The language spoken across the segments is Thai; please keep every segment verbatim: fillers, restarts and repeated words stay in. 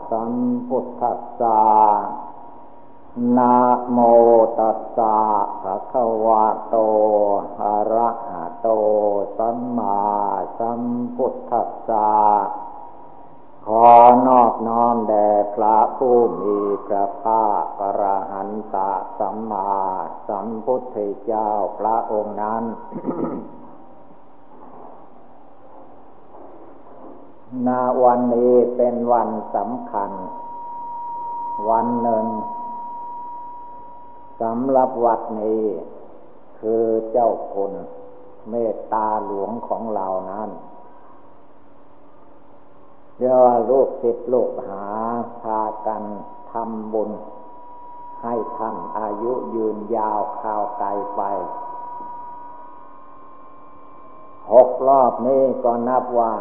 สัมพุทธัสสะนะโมตัสสะภะคะวะโตอะระหะโตสัมมาสัมพุทธัสสะขอนอบน้อมแด่พระผู้มีพระภาคอรหันตสัมมาสัมพุทธเจ้าพระองค์นั้น ณ วันนี้เป็นวันสำคัญวันหนึ่งสำหรับวัดนี้คือเจ้าคุณเมตตาหลวงของเรานั้นเรียกว่าลูกศิษย์ลูกหาพากันทำบุญให้ท่านอายุยืนยาวข่าวไกลไปหกรอบนี้ก็นับว่า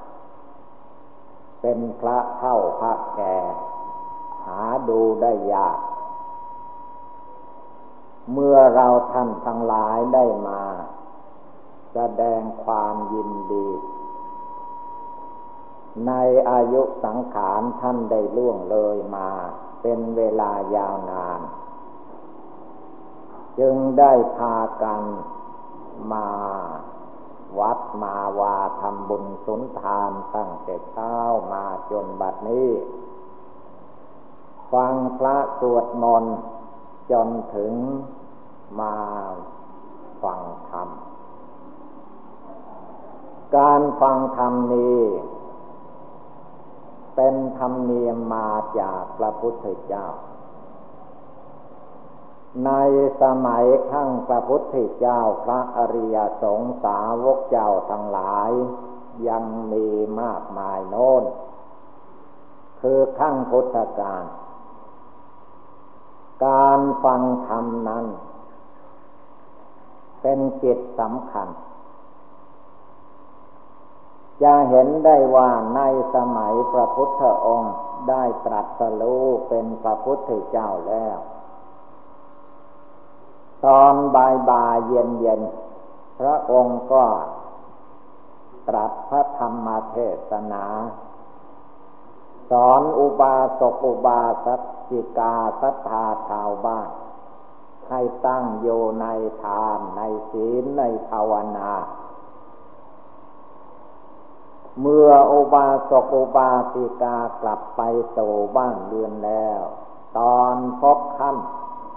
เป็นพระเฒ่าพระแก่หาดูได้ยากเมื่อเราท่านทั้งหลายได้มาแสดงความยินดีในอายุสังขารท่านได้ล่วงเลยมาเป็นเวลายาวนานจึงได้พากันมาวัดมาวาทำบุญสุนทานตั้งแต่เช้ามาจนบัดนี้ฟังพระสวดมนต์จนถึงมาฟังธรรมการฟังธรรมนี้เป็นธรรมเนียมมาจากพระพุทธเจ้าในสมัยครั้งพระพุทธเจ้าพระอริยสงฆ์สาวกเจ้าทั้งหลายยังมีมากมายโน้นคือครั้งพุทธกาลการฟังธรรมนั้นเป็นกิจสำคัญจะเห็นได้ว่าในสมัยพระพุทธองค์ได้ตรัสรู้เป็นพระพุทธเจ้าแล้วตอนบ่ายๆเย็นๆพระองค์ก็ตรัสพระธรรมเทศนาสอนอุบาสกอุบาสิกาศรัทธาชาวบ้านให้ตั้งอยู่ในทานในศีลในภาวนาเมื่ออุบาสกอุบาสิกากลับไปสู่บ้านเรือนแล้วตอนพบค่ำ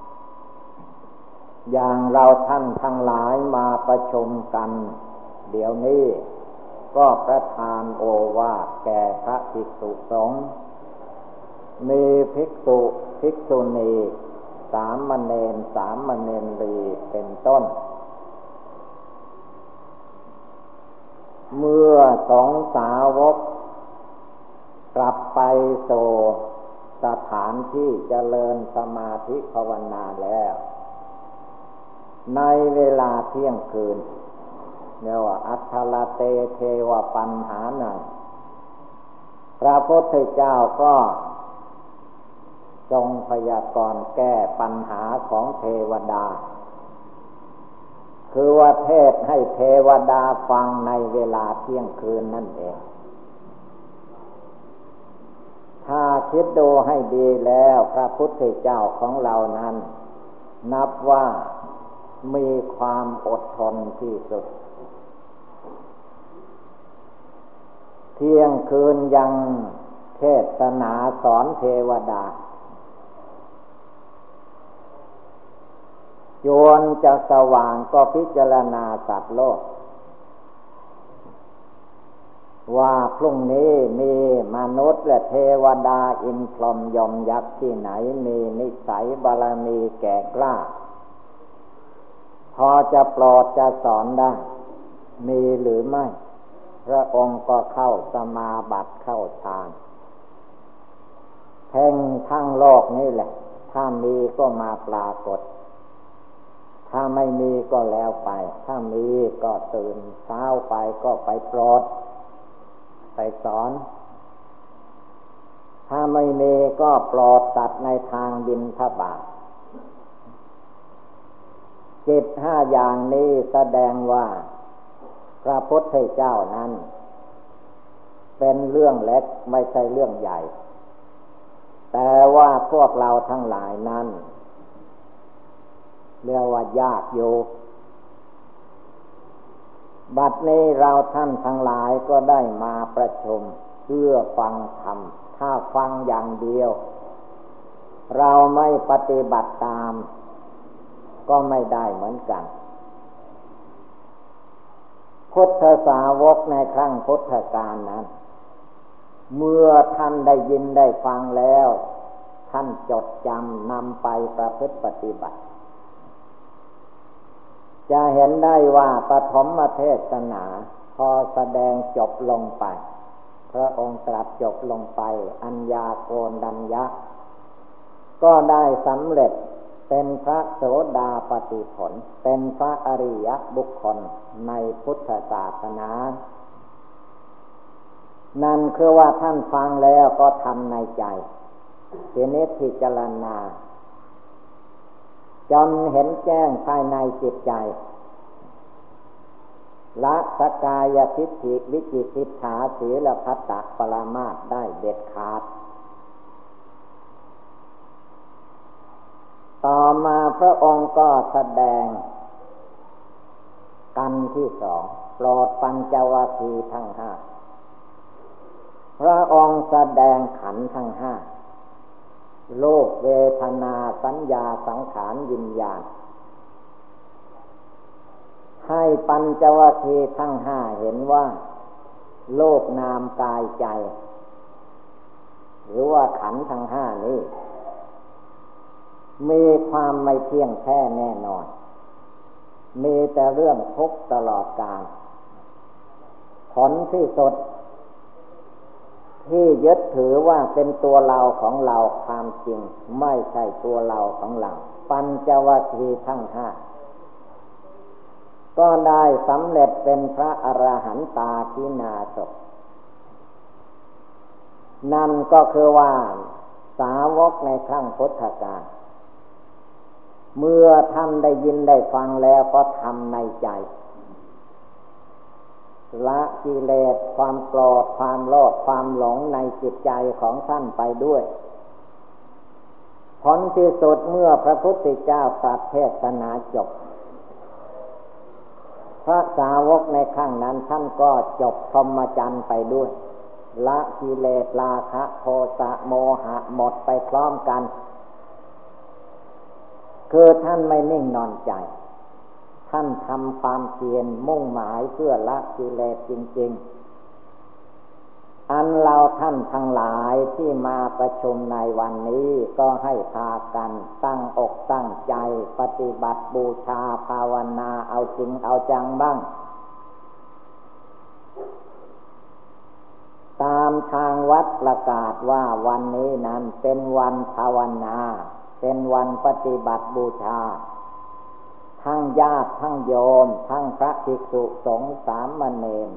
อย่างเราท่านทั้งหลายมาประชุมกันเดี๋ยวนี้ก็ประทานโอวาทแก่พระภิกษุสงฆ์มีภิกษุภิกษุณีสามเณรสามเณรีเป็นต้นเมื่อสองสาวกกลับไปสู่สถานที่เจริญสมาธิภาวนาแล้วในเวลาเที่ยงคืนเรียกว่าอัฏฐลเตเทวปัญหานังพระพุทธเจ้าก็ทรงพยากรณ์แก้ปัญหาของเทวดาคือว่าเทศให้เทวดาฟังในเวลาเที่ยงคืนนั่นเองถ้าคิดดูให้ดีแล้วพระพุทธเจ้าของเรานั้นนับว่ามีความอดทนที่สุดเที่ยงคืนยังเทศนาสอนเทวดาจนจะสว่างก็พิจารณาสัตว์โลกว่าพรุ่งนี้มีมนุษย์และเทวดาอินทร์พรหมยมยักษ์ที่ไหนมีนิสัยบารมีแก่กล้าพอจะโปรดจะสอนได้มีหรือไม่พระองค์ก็เข้าสมาบัติเข้าฌานแห่งทั้งโลกนี่แหละถ้ามีก็มาปรากฏถ้าไม่มีก็แล้วไปถ้ามีก็ตื่นเช้าไปก็ไปโปรดไปสอนถ้าไม่มีก็โปรดตัดในทางบิณฑบาตจิตห้าอย่างนี้แสดงว่าพระพุทธเจ้านั้นเป็นเรื่องเล็กไม่ใช่เรื่องใหญ่แต่ว่าพวกเราทั้งหลายนั้นเรียกว่ายากอยู่บัดนี้เราท่านทั้งหลายก็ได้มาประชุมเพื่อฟังธรรมถ้าฟังอย่างเดียวเราไม่ปฏิบัติตามก็ไม่ได้เหมือนกันพุทธสาวกในครั้งพุทธกาลนั้นเมื่อท่านได้ยินได้ฟังแล้วท่านจดจำนำไปประพฤติปฏิบัติจะเห็นได้ว่าปฐมเทศนาพอแสดงจบลงไปพระองค์ตรัสจบลงไปอัญญาโกณฑัญญะก็ได้สำเร็จเป็นพระโสดาปัตติผลเป็นพระอริยบุคคลในพุทธศาสนานั่นคือว่าท่านฟังแล้วก็ทำในใจทีนี้พิจารณาจนเห็นแจ้งภายในจิตใจละสกายทิฏฐิวิจิกิจฉาศีลพัตตปรามาสได้เด็ดขาดต่อมาพระองค์ก็แสดงกันที่สองโปรดปัญจวัคคีย์ทั้งห้าพระองค์แสดงขันธ์ทั้งห้าโลกเวทนาสัญญาสังขารวิญญาณให้ปัญจวัคคีย์ทั้งห้าเห็นว่าโลกนามกายใจหรือว่าขันธ์ทั้งห้านี้มีความไม่เที่ยงแท้แน่นอนมีแต่เรื่องทุกข์ตลอดกาลผลที่สุดที่ยึดถือว่าเป็นตัวเราของเราความจริงไม่ใช่ตัวเราของเราปัญจวัคคีย์ทั้งห้าก็ได้สำเร็จเป็นพระอรหันตาคินาศนั่นก็คือว่าสาวกในครั้งพุทธกาลเมื่อท่านได้ยินได้ฟังแล้วก็ทำในใจละกิเลสความโกรธความโลภความหลงในจิตใจของท่านไปด้วยผลที่สุดเมื่อพระพุทธเจ้าตรัสเทศนาจบพระสาวกในครั้งนั้นท่านก็จบพรหมจรรย์ไปด้วยละกิเลสราคะโทสะโมหะหมดไปพร้อมกันคือท่านไม่นิ่งนอนใจท่านทำความเพียรมุ่งหมายเพื่อละกิเลสจริงๆอันเราท่านทั้งหลายที่มาประชุมในวันนี้ก็ให้พากันตั้งอกตั้งใจปฏิบัติบูชาภาวนาเอาจริงเอาจังบ้างตามทางวัดประกาศว่าวันนี้นั้นเป็นวันภาวนาเป็นวันปฏิบัติบูชาทั้งญาติทั้งโยมทั้งพระภิกษุสงฆ์สามเณร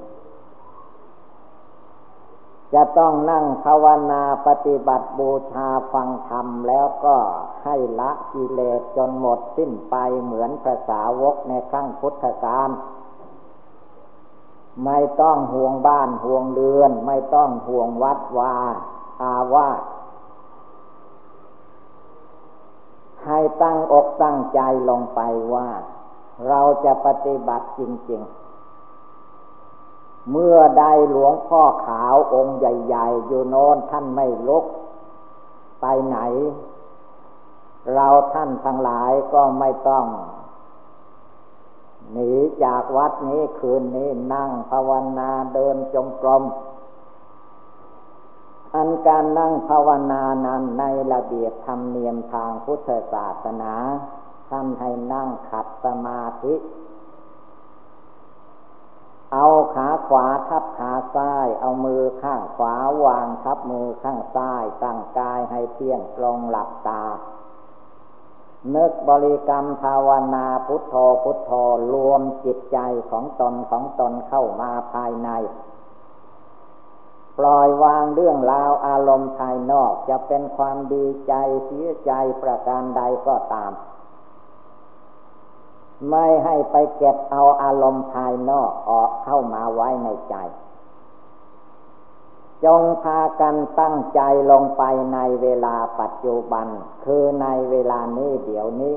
จะต้องนั่งภาวนาปฏิบัติบูชาฟังธรรมแล้วก็ให้ละกิเลสจนหมดสิ้นไปเหมือนพระสาวกในครั้งพุทธกาลไม่ต้องห่วงบ้านห่วงเรือนไม่ต้องห่วงวัดวาอาวาสให้ตั้งอกตั้งใจลงไปว่าเราจะปฏิบัติจริงๆเมื่อใดหลวงพ่อขาวองค์ใหญ่ๆอยู่โน้นท่านไม่ลุกไปไหนเราท่านทั้งหลายก็ไม่ต้องหนีจากวัดนี้คืนนี้นั่งภาวนาเดินจงกรมอันการนั่งภาวนานั้นในระเบียบธรรมเนียมทางพุทธศาสนาท่านให้นั่งขัดสมาธิเอาขาขวาทับขาซ้ายเอามือข้างขวาวางทับมือข้างซ้ายตั้งกายให้เที่ยงตรงหลับตานึกบริกรรมภาวนาพุทโธพุทโธรวมจิตใจของตนของตนเข้ามาภายในปล่อยวางเรื่องราวอารมณ์ภายนอกจะเป็นความดีใจเสียใจประการใดก็ตามไม่ให้ไปเก็บเอาอารมณ์ภายนอกออกเข้ามาไว้ในใจจงพากันตั้งใจลงไปในเวลาปัจจุบันคือในเวลานี้เดี๋ยวนี้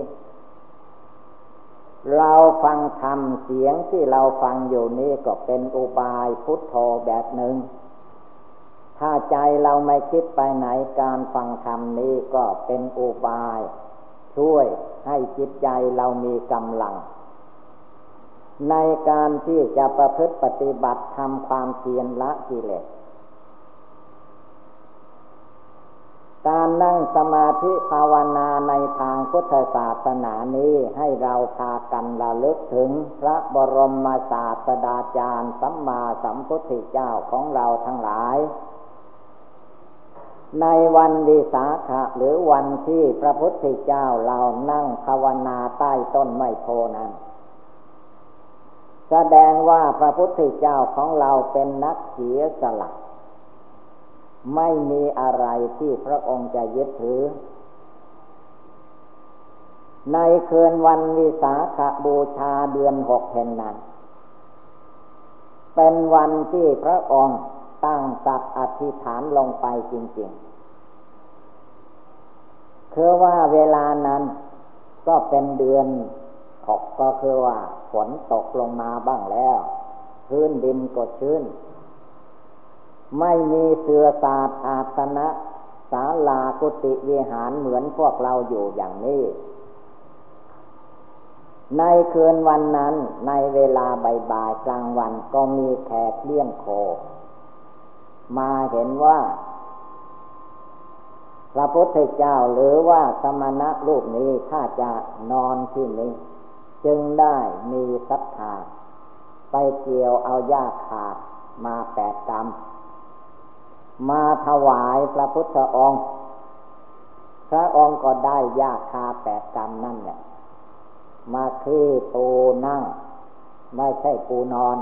เราฟังธรรมเสียงที่เราฟังอยู่นี้ก็เป็นอุบายพุทโธแบบหนึ่งถ้าใจเราไม่คิดไปไหนการฟังธรรมนี้ก็เป็นอุบายช่วยให้จิตใจเรามีกำลังในการที่จะประพฤติปฏิบัติทำความเพียรละกิเลสการนั่งสมาธิภาวนาในทางพุทธศาสนานี้ให้เราพากันระลึกถึงพระบรมศาสดาจารย์สัมมาสัมพุทธเจ้าของเราทั้งหลายในวันวิสาขะหรือวันที่พระพุทธเจ้าเรานั่งภาวนาใต้ต้นไม้โพนั้นแสดงว่าพระพุทธเจ้าของเราเป็นนักเสียสละไม่มีอะไรที่พระองค์จะยึดถือในคืนวันวิสาขบูชาเดือนหกเพ็ญนั้นเป็นวันที่พระองค์ตั้งสัตย์อธิษฐานลงไปจริงๆคือว่าเวลานั้นก็เป็นเดือนหกก็คือว่าฝนตกลงมาบ้างแล้วพื้นดินก็ชื้นไม่มีเสื่อศาสตร์อาสนะศาลากุฏิวิหารเหมือนพวกเราอยู่อย่างนี้ในคืนวันนั้นในเวลาบ่ายๆกลางวันก็มีแขกเลี้ยงโคมาเห็นว่าพระพุทธเจ้าหรือว่าสมณะรูปนี้ถ้าจะนอนที่นี้จึงได้มีศรัทธาไปเกี่ยวเอาหญ้าคามาแปดกำมาถวายพระพุทธองค์พระองค์ก็ได้หญ้าคาแปดกำนั่นแหละมาคือปูนั่งไม่ใช่ปูนอน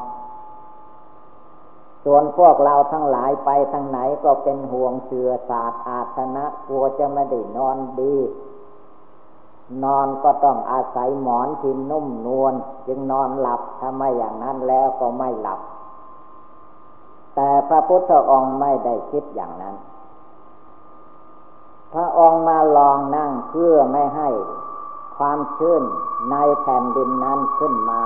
ส่วนพวกเราทั้งหลายไปทางไหนก็เป็นห่วงเสื่อศาสตร์อาสนะกลัวจะไม่ได้นอนดีนอนก็ต้องอาศัยหมอนที่นุ่มนวลจึงนอนหลับถ้าไม่อย่างนั้นแล้วก็ไม่หลับแต่พระพุทธองค์ไม่ได้คิดอย่างนั้นพระองค์มาลองนั่งเพื่อไม่ให้ความชื้นในแผ่นดินนั้นขึ้นมา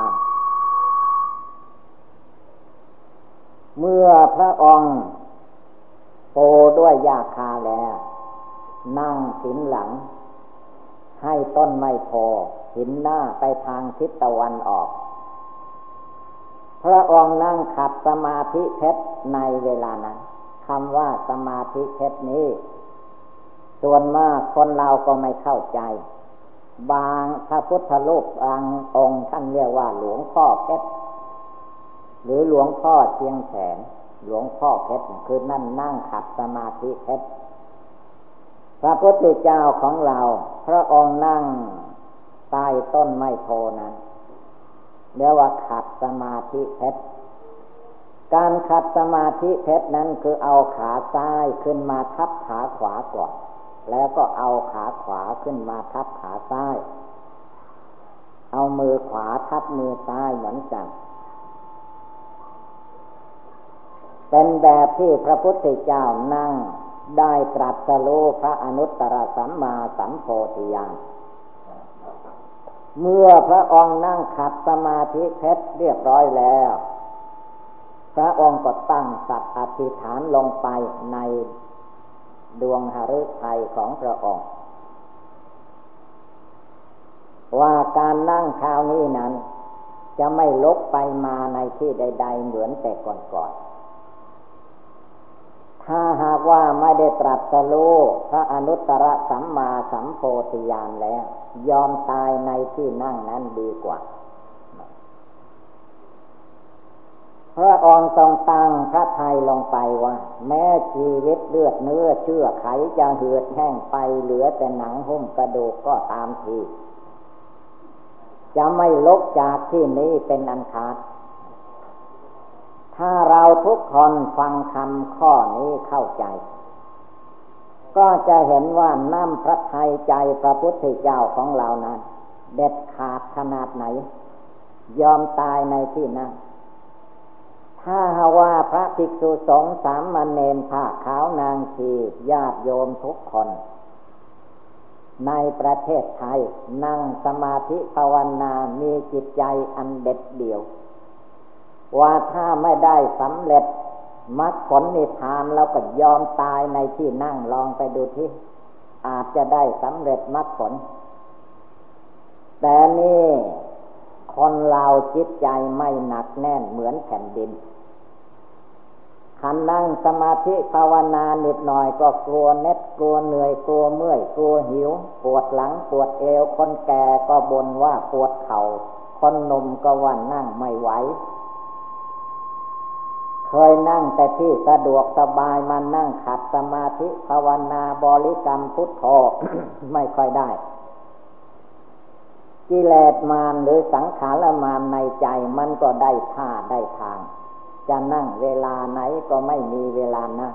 เมื่อพระองค์โปด้วยหญ้าคาแล้วนั่งหินหลังให้ต้นไม้โพหินหน้าไปทางทิศตะวันออกพระองค์นั่งขัดสมาธิเพชรในเวลานั้นคำว่าสมาธิเพชรนี้ส่วนมากคนเราก็ไม่เข้าใจบางพระพุทธรูปบางองค์ท่านเรียกว่าหลวงพ่อเพชรหรือหลวงพ่อเชียงแสนหลวงพ่อเพชรคือนั่นนั่งขัดสมาธิเพชรพระพุทธเจ้าของเราพระองค์นั่งใต้ต้นไม้โพนั้นเรียกว่าขัดสมาธิเพชรการขัดสมาธิเพชรนั้นคือเอาขาซ้ายขึ้นมาทับขาขวาก่อนแล้วก็เอาขาขวาขึ้นมาทับขาซ้ายเอามือขวาทับมือซ้ายเหมือนกันเป็นแบบที่พระพุทธเจ้านั่งได้ตรัสรู้พระอนุตตรสัมมาสัมโพธิญาณเมื่อพระองค์นั่งขัดสมาธิเพชรเรียบร้อยแล้วพระองค์ก็ตั้งสัตย์อธิษฐานลงไปในดวงหฤทัยของพระองค์ว่าการนั่งคราวนี้นั้นจะไม่ลุกไปมาในที่ใดๆเหมือนแต่ก่อนๆถ้าหากว่าไม่ได้ตรัสรู้พระอนุตตรสัมมาสัมโพธิญาณแล้วยอมตายในที่นั่งนั้นดีกว่าพระองค์ทรงตั้งพระทัยลงไปว่าแม้ชีวิตเลือดเนื้อเชื่อไขจะเหือดแห้งไปเหลือแต่หนังหุ้มกระดูกก็ตามทีจะไม่ลุกจากที่นี้เป็นอันขาดถ้าเราทุกคนฟังคำข้อนี้เข้าใจก็จะเห็นว่าน้ำพระทัยใจพระพุทธเจ้าของเรานั้นเด็ดขาดขนาดไหนยอมตายในที่นั้นทถ้าว่าพระภิกษุสงฆ์สามเณรผ้าขาวนางชีญาติโยมทุกคนในประเทศไทยนั่งสมาธิภาวนามีจิตใจอันเด็ดเดี่ยวว่าถ้าไม่ได้สำเร็จมรรคผลนิพพานแล้วก็ยอมตายในที่นั่งลองไปดูที่อาจจะได้สำเร็จมรรคผลแต่นี่คนเราจิตใจไม่หนักแน่นเหมือนแผ่นดินคันนั่งสมาธิภาวนานิดหน่อยก็กลัวเน็ดกลัวเหนื่อยกลัวเมื่อยกลัวหิวปวดหลังปวดเอวคนแก่ก็บ่นว่าปวดเข่าคนหนุ่มก็ว่านั่งไม่ไหวเคยนั่งแต่ที่สะดวกสบายมานั่งขัดสมาธิภาวนาบริกรรมพุทโธ ไม่ค่อยได้กิเลสมารหรือสังขารมารในใจมันก็ได้ท่าได้ทางจะนั่งเวลาไหนก็ไม่มีเวลานั่ง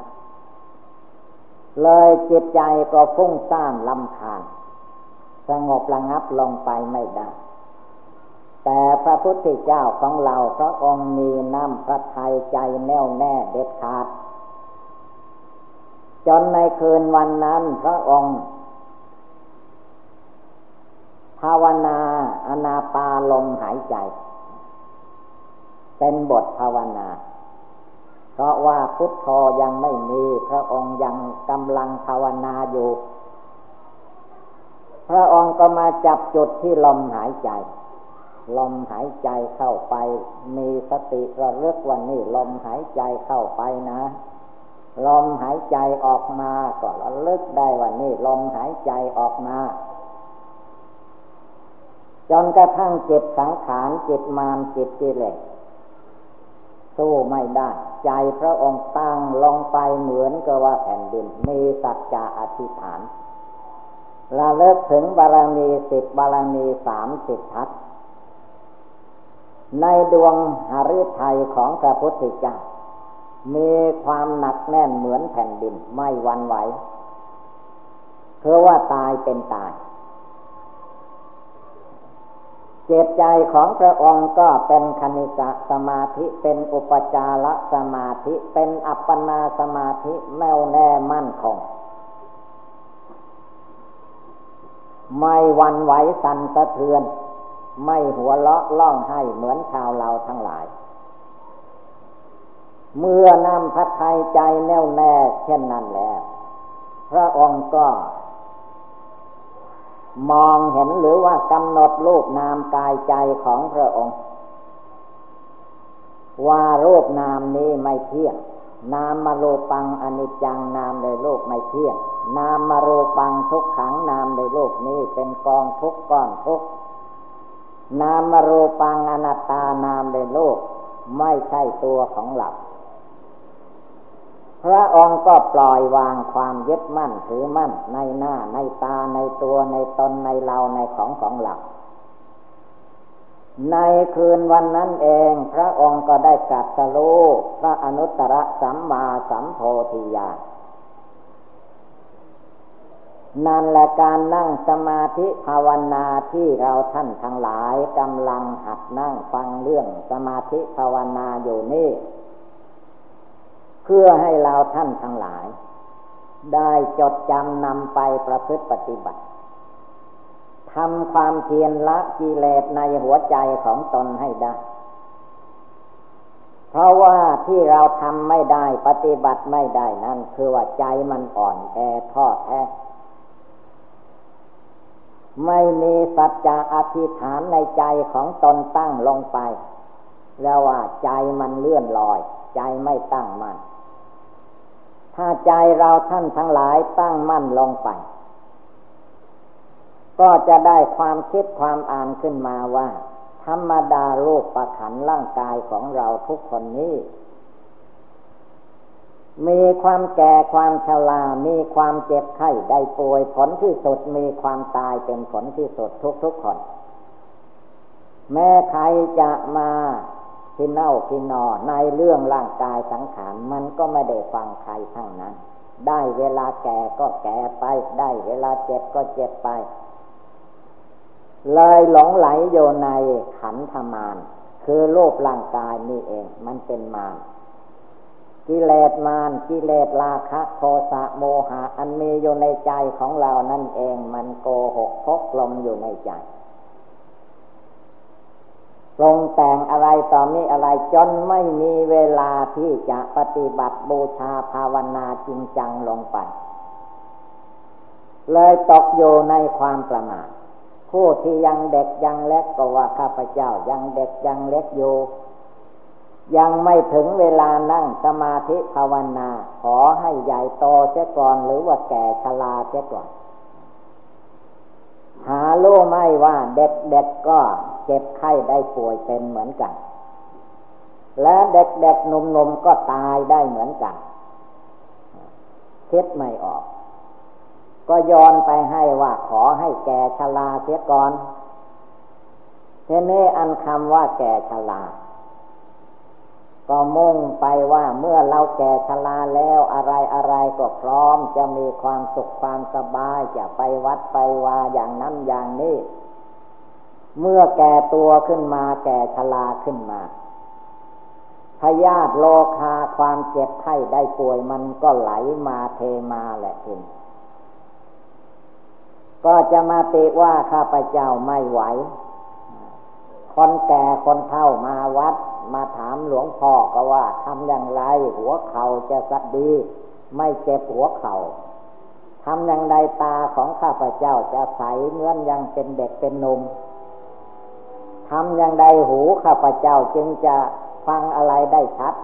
เลยจิตใจก็ฟุ้งซ่านรำคาญสงบระงับลงไปไม่ได้แต่พระพุทธเจ้าของเราพระองค์มีน้ำพระทัยใจแน่วแน่เด็ดขาดจนในคืนวันนั้นพระองค์ภาวนาอานาปานลมหายใจเป็นบทภาวนาเพราะว่าพุทโธยังไม่มีพระองค์ยังกำลังภาวนาอยู่พระองค์ก็มาจับจุดที่ลมหายใจลมหายใจเข้าไปมีสติระลึกว่านี่ลมหายใจเข้าไปนะลมหายใจออกมาก็ระลึกได้ว่านี่ลมหายใจออกมาจนกระทั่งจิตสังขารจิตมารจิตกิเลสสู้ไม่ได้ใจพระองค์ตั้งลงไปเหมือนกับว่าแผ่นดินมีสัจจะอธิษฐานระลึกถึงบารมีสิบบารมีสามสิบทัศในดวงหฤทัยของพระพุทธเจ้ามีความหนักแน่นเหมือนแผ่นดินไม่หวั่นไหวเพราะว่าตายเป็นตายเจตใจของพระองค์ก็เป็นคณิกะสมาธิเป็นอุปจารสมาธิเป็นอัปปนาสมาธิแน่วแน่มั่นคงไม่หวั่นไหวสั่นสะเทือนไม่หัวเราะร้องไห้เหมือนชาวเราทั้งหลายเมื่อนำพระทัยใจแน่วแน่เช่นนั้นแล้วพระองค์ก็มองเห็นหรือว่ากำหนดรูปนามกายใจของพระองค์ว่ารูปนามนี้ไม่เที่ยงนามรูปังอนิจจังนามในโลกไม่เที่ยงนามรูปังทุกขังนามในโลกนี้เป็นกองทุกข์ก้อนทุกข์นามรูปังอนัตตานามในโลกไม่ใช่ตัวของเราพระองค์ก็ปล่อยวางความยึดมั่นถือมั่นในหน้าในตาในตัวในตนในเราในของของเราในคืนวันนั้นเองพระองค์ก็ได้ตรัสรู้พระอนุตตรสัมมาสัมโพธิญาณนั่นแหละการนั่งสมาธิภาวนาที่เราท่านทั้งหลายกำลังหัดนั่งฟังเรื่องสมาธิภาวนาอยู่นี่เพื่อให้เราท่านทั้งหลายได้จดจำนำไปประพฤติปฏิบัติทำความเพียรละกิเลสในหัวใจของตนให้ได้เพราะว่าที่เราทำไม่ได้ปฏิบัติไม่ได้นั่นคือว่าใจมันอ่อนแอท้อแท้ไม่มีสัจจะอธิษฐานในใจของตนตั้งลงไปแล้วว่าใจมันเลื่อนลอยใจไม่ตั้งมั่นถ้าใจเราท่านทั้งหลายตั้งมั่นลงไปก็จะได้ความคิดความอ่านขึ้นมาว่าธรรมดารูปประขันร่างกายของเราทุกคนนี้มีความแก่ความชรามีความเจ็บไข้ได้ป่วยผลที่สุดมีความตายเป็นผลที่สุดทุกๆคนแม้ใครจะมาที่เน่าที่นอในเรื่องร่างกายสังขารมันก็ไม่ได้ฟังใครทั้งนั้นได้เวลาแก่ก็แก่ไปได้เวลาเจ็บก็เจ็บไป เลยหลงไหลอยู่ในขันธมารคือรูปร่างกายนี่เองมันเป็นมารกิเลสมารกิเลสราคะโทสะโมหะอันมีอยู่ในใจของเรานั่นเองมันโกหกพกลมอยู่ในใจปรุงแต่งอะไรต่อมีอะไรจนไม่มีเวลาที่จะปฏิบัติบูชาภาวนาจริงจังลงไปเลยตกอยู่ในความประมาทผู้ที่ยังเด็กยังเล็กก็ว่าข้าพเจ้ายังเด็กยังเล็กอยู่ยังไม่ถึงเวลานั่งสมาธิภาวนาขอให้ใหญ่โตเสียก่อนหรือว่าแก่ชราเสียก่อนหารู้ไหมว่าเด็กๆก็เจ็บไข้ได้ป่วยเป็นเหมือนกันและเด็กๆหนุ่มๆก็ตายได้เหมือนกันคิดไม่ออกก็โยนไปให้ว่าขอให้แก่ชราเสียก่อนทีนี้อันคำว่าแก่ชราก็มุ่งไปว่าเมื่อเราแก่ชราแล้วอะไรอะไรก็พร้อมจะมีความสุขความสบายจะไปวัดไปวาอย่างนั้นอย่างนี้เมื่อแก่ตัวขึ้นมาแก่ชราขึ้นมาพยาธิโรคาความเจ็บไข้ได้ป่วยมันก็ไหลมาเทมาแหละทีนี้ก็จะมาติว่าข้าพเจ้าไม่ไหวคนแก่คนเฒ่ามาวัดมาถามหลวงพ่อก็ว่าทำอย่างไรหัวเข่าจะสัดดีไม่เจ็บหัวเข่าทำอย่างไรตาของข้าพเจ้าจะใสเหมือนยังเป็นเด็กเป็นหนุ่มทำอย่างไรหูข้าพเจ้าจึงจะฟังอะไรได้ชัด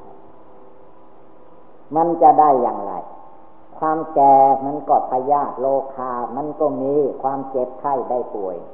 มันจะได้อย่างไรความแก่มันก็พยาธิโรคามันก็มีความเจ็บไข้ได้ป่วย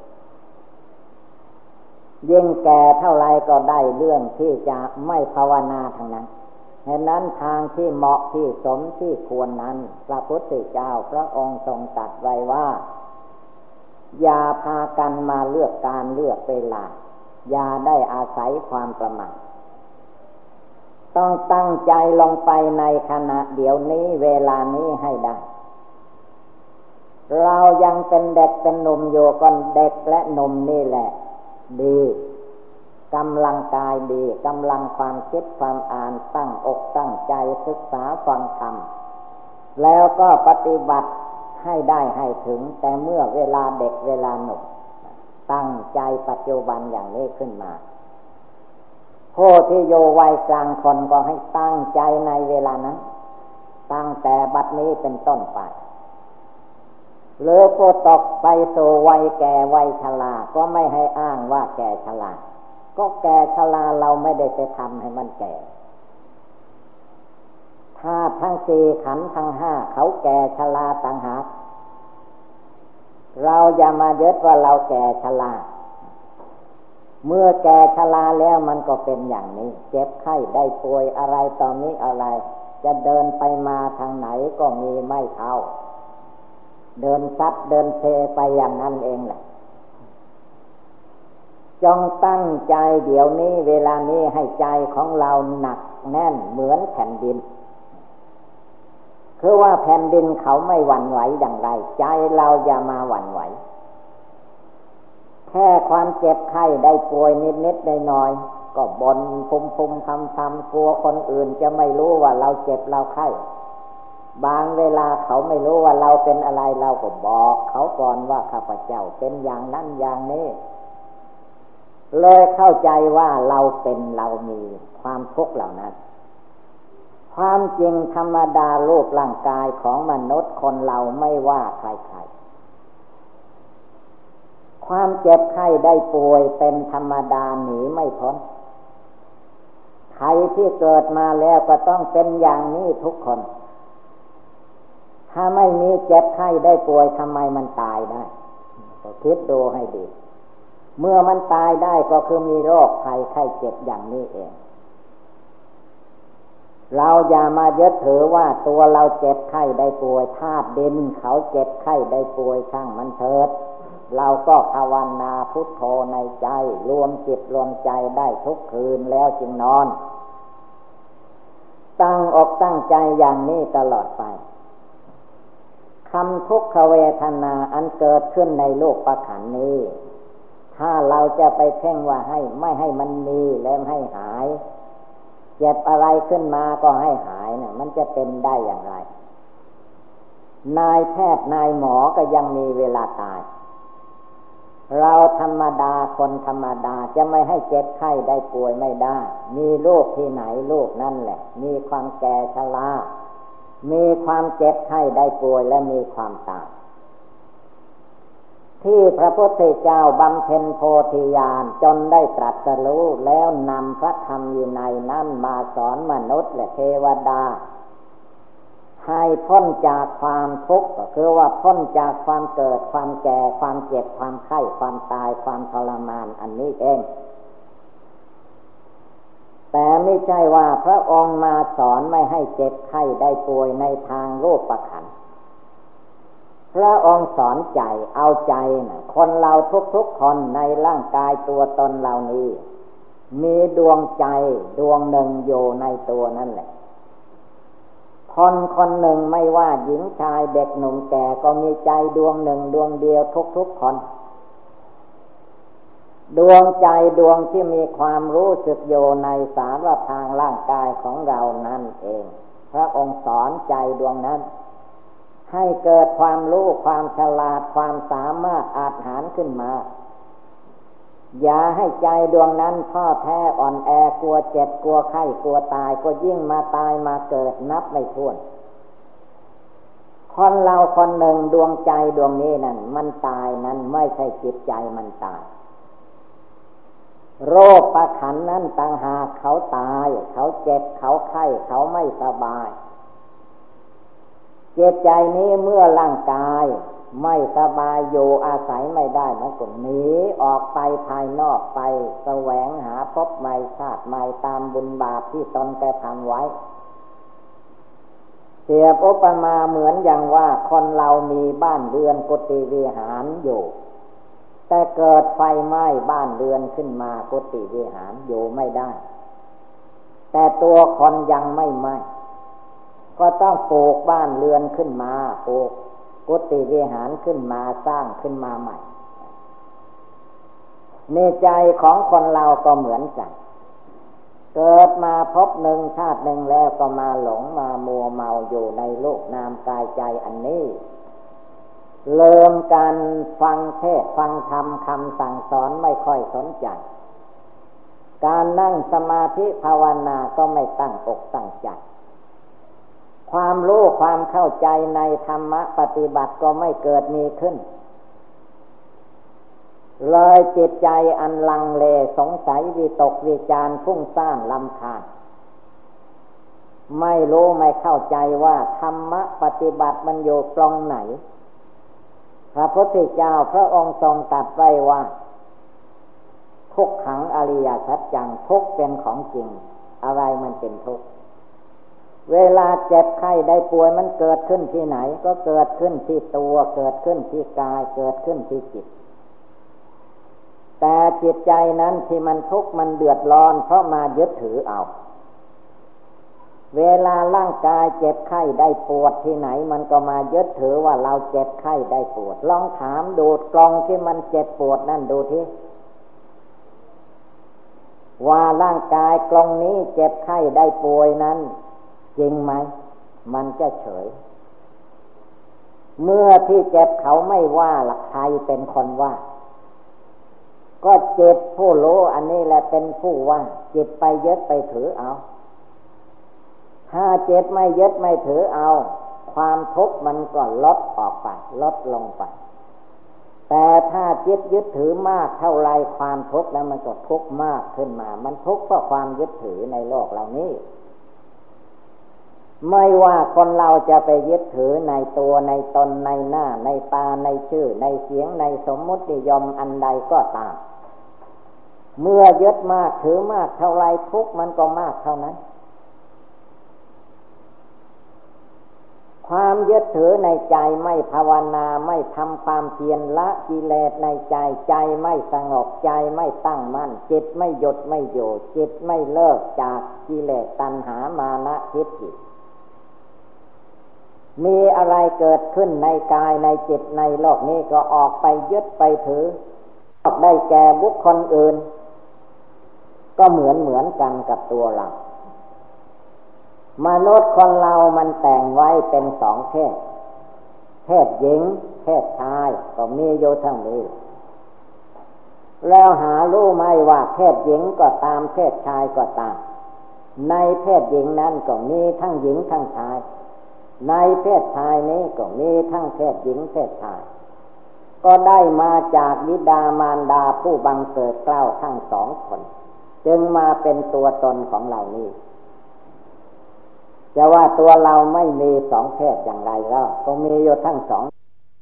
ยิ่งแก่เท่าไรก็ได้เรื่องที่จะไม่ภาวนาทางนั้นฉะนั้นทางที่เหมาะที่สมที่ควรนั้นพระพุทธเจ้าพระองค์ทรงตรัสไว้ว่าอย่าพากันมาเลือกการเลือกเวลาอย่าได้อาศัยความประมาทต้องตั้งใจลงไปในขณะเดี๋ยวนี้เวลานี้ให้ได้เรายังเป็นเด็กเป็นหนุ่มอยู่ก่อนเด็กและหนุ่มนี่แหละดีกำลังกายดีกำลังความคิดความอ่านตั้งอกตั้งใจศึกษาฟังธรรมแล้วก็ปฏิบัติให้ได้ให้ถึงแต่เมื่อเวลาเด็กเวลาหนุ่มตั้งใจปัจจุบันอย่างนี้ขึ้นมาผู้ที่โยวัยกลางคนก็ให้ตั้งใจในเวลานั้นตั้งแต่บัดนี้เป็นต้นไปหรือผู้ตกไปสู่วัยแก่วัยชราก็ไม่ให้อ้างว่าแก่ชราก็แก่ชราเราไม่ได้ไปทำให้มันแก่ถ้าทั้งสี่ขันธ์ทั้งห้าเขาแก่ชราต่างหากเราอย่ามายึดว่าเราแก่ชราเมื่อแก่ชราแล้วมันก็เป็นอย่างนี้เจ็บไข้ได้ป่วยอะไรตอนนี้อะไรจะเดินไปมาทางไหนก็มีไม่เท่าเดินซัดเดินเซไปอย่างนั้นเองแหละจงตั้งใจเดี๋ยวนี้เวลานี้ให้ใจของเราหนักแน่นเหมือนแผ่นดินคือว่าแผ่นดินเขาไม่หวั่นไหวอย่างไรใจเราอย่ามาหวั่นไหวแค่ความเจ็บไข้ได้ป่วยนิดๆหน่อยๆก็บ่นพุ่มๆทำๆกลัวคนอื่นจะไม่รู้ว่าเราเจ็บเราไข้บางเวลาเขาไม่รู้ว่าเราเป็นอะไรเราก็บอกเขาก่อนว่าข้าพเจ้าเป็นอย่างนั้นอย่างนี้เลยเข้าใจว่าเราเป็นเรามีความทุกข์เหล่านั้นความจริงธรรมดารูปร่างกายของมนุษย์คนเราไม่ว่าใครๆความเจ็บไข้ได้ป่วยเป็นธรรมดาหนีไม่พ้นใครที่เกิดมาแล้วก็ต้องเป็นอย่างนี้ทุกคนถ้าไม่มีเจ็บไข้ได้ป่วยทำไมมันตายได้ก็คิดดูให้ดีเมื่อมันตายได้ก็คือมีโรคภัยไข้เจ็บอย่างนี้เองเราอย่ามายึดถือว่าตัวเราเจ็บไข้ได้ป่วยธาตุดินเขาเจ็บไข้ได้ป่วยช่างมันเถิดเราก็ภาวนาพุทโธในใจรวมจิตรวมใจได้ทุกคืนแล้วจึงนอนตั้งอกตั้งใจอย่างนี้ตลอดไปคำทุกขเวทนาอันเกิดขึ้นในโลกประขันนี้ทถ้าเราจะไปเพ่งว่าให้ไม่ให้มันมีแล้วให้หายเจ็บอะไรขึ้นมาก็ให้หายเนี่ยมันจะเป็นได้อย่างไรนายแพทย์นายหมอก็ยังมีเวลาตายเราธรรมดาคนธรรมดาจะไม่ให้เจ็บไข้ได้ป่วยไม่ได้มีโรคที่ไหนโรคนั่นแหละมีความแก่ชรามีความเจ็บไข้ได้ป่วยและมีความตายที่พระพุทธเจ้าบำเพ็ญโพธิญาณจนได้ตรัสรู้แล้วนำพระธรรมวินัยนั้นมาสอนมนุษย์และเทวดาให้พ้นจากความทุกข์ก็คือว่าพ้นจากความเกิดความแก่ความเจ็บความไข้ความตายความทรมานอันนี้เองแต่ไม่ใช่ว่าพระองค์มาสอนไม่ให้เจ็บไข้ได้ป่วยในทางรูปขันธ์พระองค์สอนใจเอาใจนะคนเราทุกๆคนในร่างกายตัวตนเหล่านี้มีดวงใจดวงหนึ่งอยู่ในตัวนั่นแหละคนคนหนึ่งไม่ว่าหญิงชายเด็กหนุ่มแก่ก็มีใจดวงหนึ่งดวงเดียวทุกๆคนดวงใจดวงที่มีความรู้สึกอยู่ในสารทางร่างกายของเรานั่นเองพระองค์สอนใจดวงนั้นให้เกิดความรู้ความฉลาดความสามารถอาจหาญขึ้นมาอย่าให้ใจดวงนั้นท้อแท้อ่อนแอกลัวเจ็บกลัวไข้กลัวตายก็ยิ่งมาตายมาเกิดนับไม่ถ้วนคนเราคนหนึ่งดวงใจดวงนี้นั่นมันตายนั้นไม่ใช่จิตใจมันตายโรคประขันนั้นต่างหากเขาตายเขาเจ็บเขาไข้เขาไม่สบายจิตใจนี้เมื่อร่างกายไม่สบายอยู่อาศัยไม่ได้มันก็หนีออกไปภายนอกไปแสวงหาพบใหม่ชาติใหม่ตามบุญบาปที่ตนกระทำไว้เสียบอุปมาเหมือนอย่างว่าคนเรามีบ้านเรือนกุฏิวิหารอยู่แต่เกิดไฟไหม้บ้านเรือนขึ้นมากุฏิวิหารอยู่ไม่ได้แต่ตัวคนยังไม่ไหม้ก็ต้องปลูกบ้านเรือนขึ้นมาปลูกกุฏิวิหารขึ้นมาสร้างขึ้นมาใหม่ในใจของคนเราก็เหมือนกันเกิดมาพบหนึ่งชาติหนึ่งแล้วก็มาหลงมามัวเมาอยู่ในโลกนามกายใจอันนี้เริ่มการฟังเทศฟังธรรมคำสั่งสอนไม่ค่อยสนใจการนั่งสมาธิภาวนาก็ไม่ตั้งอกตั้งใจความรู้ความเข้าใจในธรรมะปฏิบัติก็ไม่เกิดมีขึ้นเลยจิตใจอันลังเลสงสัยวิตกวิจารฟุ้งซ่านรำคาญไม่รู้ไม่เข้าใจว่าธรรมะปฏิบัติมันอยู่ตรงไหนพระพุทธเจ้าพระองค์ทรงตรัสไว้ว่าทุกขังอริยสัจจังทุกเป็นของจริงอะไรมันเป็นทุกข์เวลาเจ็บไข้ได้ป่วยมันเกิดขึ้นที่ไหนก็เกิดขึ้นที่ตัวเกิดขึ้นที่กายเกิดขึ้นที่จิตแต่จิตใจนั้นที่มันทุกข์มันเดือดร้อนเพราะมายึดถือเอาเวลาร่างกายเจ็บไข้ได้ปวดที่ไหนมันก็มายึดถือว่าเราเจ็บไข้ได้ปวดลองถามดูกลองที่มันเจ็บปวดนั่นดูที่ว่าร่างกายกลองนี้เจ็บไข้ได้ป่วยนั้นจริงไหมมันจะเฉยเมื่อที่เจ็บเขาไม่ว่าหลักใครเป็นคนว่าก็จิตผู้รู้อันนี้แหละเป็นผู้ว่าจิตไปยึดไปถือเอาถ้าจิตไม่ยึดไม่ถือเอาความทุกข์มันก็ลดออกไปลดลงไปแต่ถ้าจิตยึดถือมากเท่าไรความทุกข์นั้นมันก็ทุกข์มากขึ้นมามันทุกข์เพราะความยึดถือในโลกเหล่านี้ไม่ว่าคนเราจะไปยึดถือในตัวในตนในหน้าในตาในชื่อในเสียงในสมมุตินิยมอันใดก็ตามเมื่อยึดมากถือมากเท่าไรทุกข์มันก็มากเท่านั้นความยึดถือในใจไม่ภาวนาไม่ทำความเพียรละกิเลสในใจใจไม่สงบใจไม่ตั้งมั่นจิตไม่หยุดไม่อยู่จิตไม่เลิกจากกิเลสตัณหามานะทิฏฐิมีอะไรเกิดขึ้นในกายในจิตในโลกนี้ก็ออกไปยึดไปถือได้แก่บุคคลอื่นก็เหมือนเหมือนกันกับตัวเรามนุษย์คนเรามันแต่งไว้เป็นสองเพศเพศหญิงเพศชายก็มีอยู่ทั้งนี้แล้วหารู้ไหมว่าเพศหญิงก็ตามเพศชายก็ตามในเพศหญิงนั้นก็มีทั้งหญิงทั้งชายในเพศชายนี้ก็มีทั้งเพศหญิงเพศชายก็ได้มาจากบิดามารดาผู้บังเกิดเกล้าทั้งสองคนจึงมาเป็นตัวตนของเรานี้จะว่าตัวเราไม่มีสองเพศอย่างไรแล้วก็มีอยู่ทั้งสอง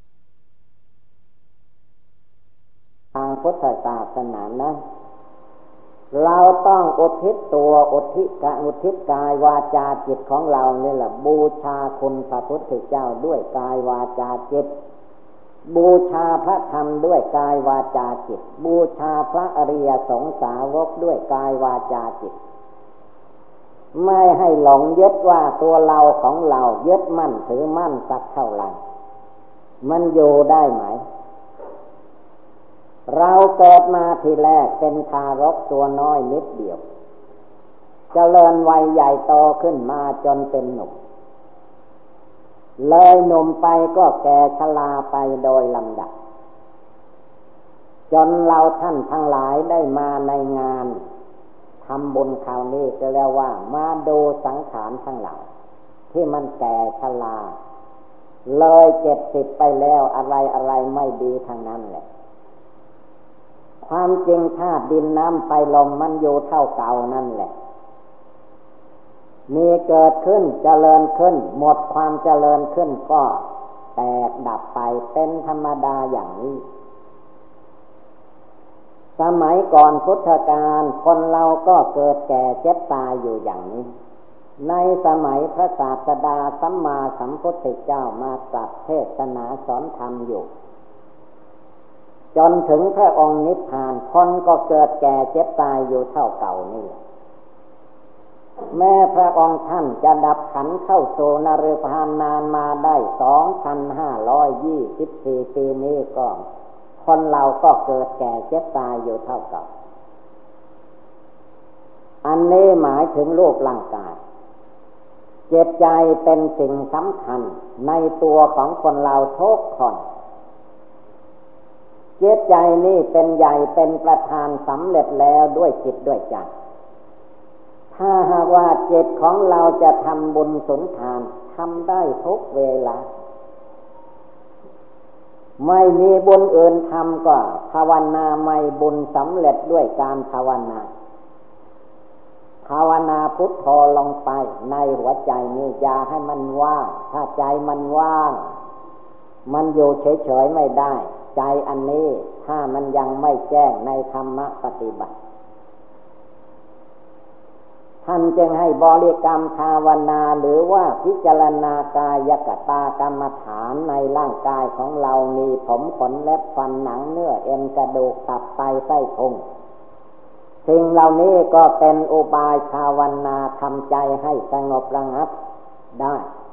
ทางพุทธศาสนานะเราต้องอุทิศตัวอุทิศกะอุทิศกายวาจาจิตของเรานี่แหละบูชาคุณพระพุทธเจ้าด้วยกายวาจาจิตบูชาพระธรรมด้วยกายวาจาจิตบูชาพระอริยสงสาวกด้วยกายวาจาจิตไม่ให้หลงยึดว่าตัวเราของเรายึดมั่นถือมั่นสักเท่าไหร่มันอยู่ได้ไหมเราเกิดมาทีแรกเป็นทารกตัวน้อยนิดเดียวเจริญวัยใหญ่โตขึ้นมาจนเป็นหนุ่มเลยหนุ่มไปก็แก่ชราไปโดยลำดับจนเราท่านทั้งหลายได้มาในงานทำบุญคราวนี้ก็แล้วว่ามาดูสังขารทั้งหลายที่มันแก่ชราเลยเจ็ดสิบไปแล้วอะไรอะไรไม่ดีทางนั้นแหละความจริงธาตุดินน้ำไฟลมมันอยู่เท่าเก่านั่นแหละมีเกิดขึ้นเจริญขึ้นหมดความเจริญขึ้นก็แตกดับไปเป็นธรรมดาอย่างนี้สมัยก่อนพุทธกาลคนเราก็เกิดแก่เจ็บตายอยู่อย่างนี้ในสมัยพระศาสดาสัมมาสัมพุทธเจ้ามาตรัสเทศนาสอนธรรมอยู่จนถึงพระองค์นิพพานคนก็เกิดแก่เจ็บตายอยู่เท่าเก่านี่แม้พระองค์ท่านจะดับขันเข้าโซนฤพานนานมาได้ สองพันห้าร้อยยี่สิบสี่ ปีนี้ก็คนเราก็เกิดแก่เจ็บตายอยู่เท่าเก่าอันนี้หมายถึงรูปร่างกายจิตใจเป็นสิ่งสำคัญในตัวของคนเราทุกคนจิตใจนี่เป็นใหญ่เป็นประธานสำเร็จแล้วด้วยจิตด้วยใจถ้าหากว่าจิตของเราจะทำบุญสุนทานทำได้ทุกเวลาไม่มีบุญอื่นทำก็ภาวนาไม่บุญสำเร็จด้วยการภาวนาภาวนาพุทโธลงไปในหัวใจนี่อย่าให้มันว่างถ้าใจมันว่างมันอยู่เฉยๆไม่ได้ใจอันนี้ถ้ามันยังไม่แจ้งในธรรมปฏิบัติท่านจึงให้บริกรรมภาวนาหรือว่าพิจารณากายกตากรรมฐานในร่างกายของเรามีผมขนเล็บฟันหนังเนื้อเอ็นกระดูกตับไตไส้พุงสิ่งเหล่านี้ก็เป็นอุบายภาวนาทำใจให้สงบระงับได้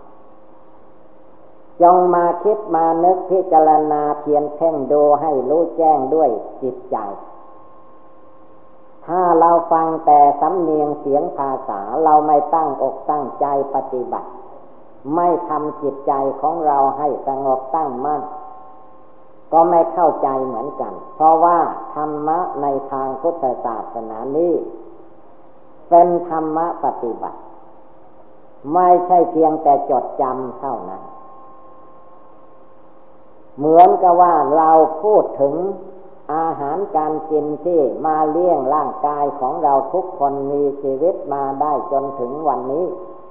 จงมาคิดมานึกพิจารณาเพียรเพ่งดูให้รู้แจ้งด้วยจิตใจถ้าเราฟังแต่สำเนียงเสียงภาษาเราไม่ตั้งอกตั้งใจปฏิบัติไม่ทำจิตใจของเราให้สงบตั้งมั่นก็ไม่เข้าใจเหมือนกันเพราะว่าธรรมะในทางพุทธศาสนานี้เป็นธรรมะปฏิบัติไม่ใช่เพียงแต่จดจำเท่านั้นเหมือนกับว่าเราพูดถึงอาหารการกินที่มาเลี้ยงร่างกายของเราทุกคนมีชีวิตมาได้จนถึงวันนี้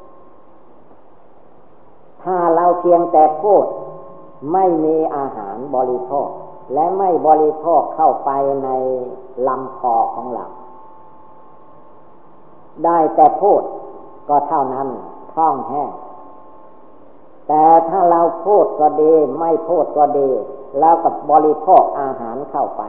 ถ้าเราเพียงแต่พูดไม่มีอาหารบริโภคและไม่บริโภคเข้าไปในลำคอของเราได้แต่พูดก็เท่านั้นท้องแห้งแต่ถ้าเราพูดก็ดีไม่พูดก็ดีแล้วกับบริโภคอาหารเข้าไป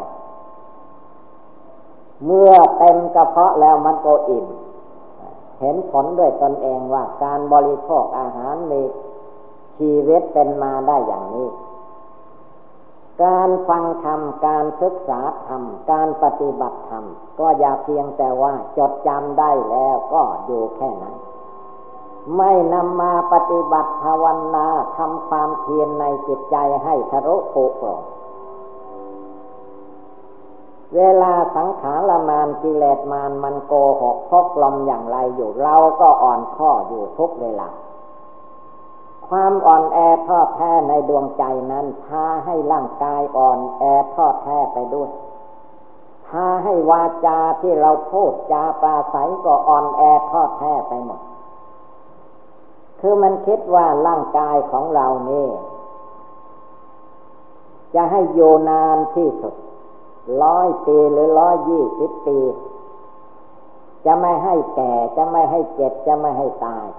เมื่อเต็มกระเพาะแล้วมันก็อิ่มเห็นผลด้วยตนเองว่าการบริโภคอาหารมีชีวิตเป็นมาได้อย่างนี้การฟังธรรมการศึกษาธรรมการปฏิบัติธรรมก็อย่าเพียงแต่ว่าจดจำได้แล้วก็อยู่แค่นั้นไม่นำมาปฏิบัติภาวนาทำความเพียรในจิตใจให้ทะลุปุโปร่งเวลาสังขารมารกิเลสมารมันโกหกพกลมอย่างไรอยู่เราก็อ่อนข้ออยู่ทุกเวลาความอ่อนแอท้อแท้ในดวงใจนั้นพาให้ร่างกายอ่อนแอท้อแท้ไปด้วยพาให้วาจาที่เราพูดจาปราศัยก็อ่อนแอท้อแท้ไปหมดคือมันคิดว่าร่างกายของเรานี่จะให้อยู่นานที่สุดร้อยปีหรือร้อยยี่สิบปีจะไม่ให้แก่จะไม่ให้เจ็บจะไม่ให้ตาย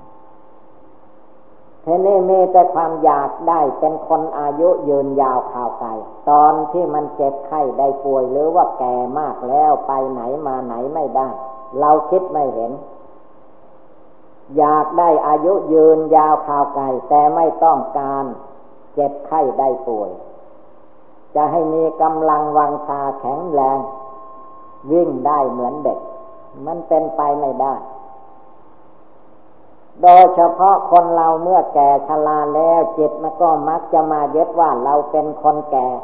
ทีนี้มีแต่ความอยากได้เป็นคนอายุยืนยาวข่าวไกลตอนที่มันเจ็บไข้ได้ป่วยหรือว่าแก่มากแล้วไปไหนมาไหนไม่ได้เราคิดไม่เห็นอยากได้อายุยืนยาวข่าวไกลแต่ไม่ต้องการเจ็บไข้ได้ป่วยจะให้มีกำลังวังชาแข็งแรงวิ่งได้เหมือนเด็กมันเป็นไปไม่ได้โดยเฉพาะคนเราเมื่อแก่ชราแล้วจิตมันก็มักจะมายึดว่าเราเป็นคนแก่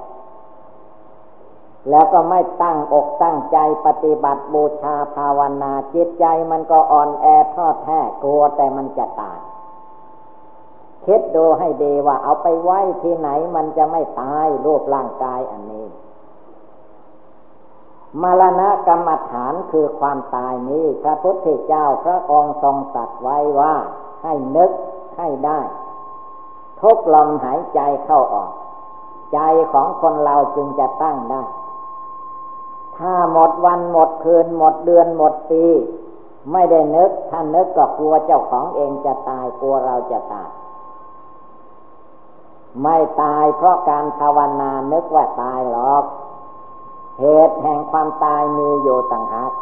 แล้วก็ไม่ตั้งอกตั้งใจปฏิบัติบูชาภาวนาจิตใจมันก็อ่อนแอท้อแท้กลัวแต่มันจะตายคิดดูให้ดีว่าเอาไปไว้ที่ไหนมันจะไม่ตายรูปร่างกายอันนี้มรณะกรรมฐานคือความตายนี้พระพุทธเจ้าพระองค์ทรงตรัสไว้ว่าให้นึกให้ได้ทุกลมหายใจเข้าออกใจของคนเราจึงจะตั้งได้ถ้าหมดวันหมดคืนหมดเดือนหมดปีไม่ได้นึกถ้านึกก็กลัวเจ้าของเองจะตายกลัวเราจะตายไม่ตายเพราะการภาวนานึกว่าตายหรอกเหตุแห่งความตายมีอยู่ต่างหาก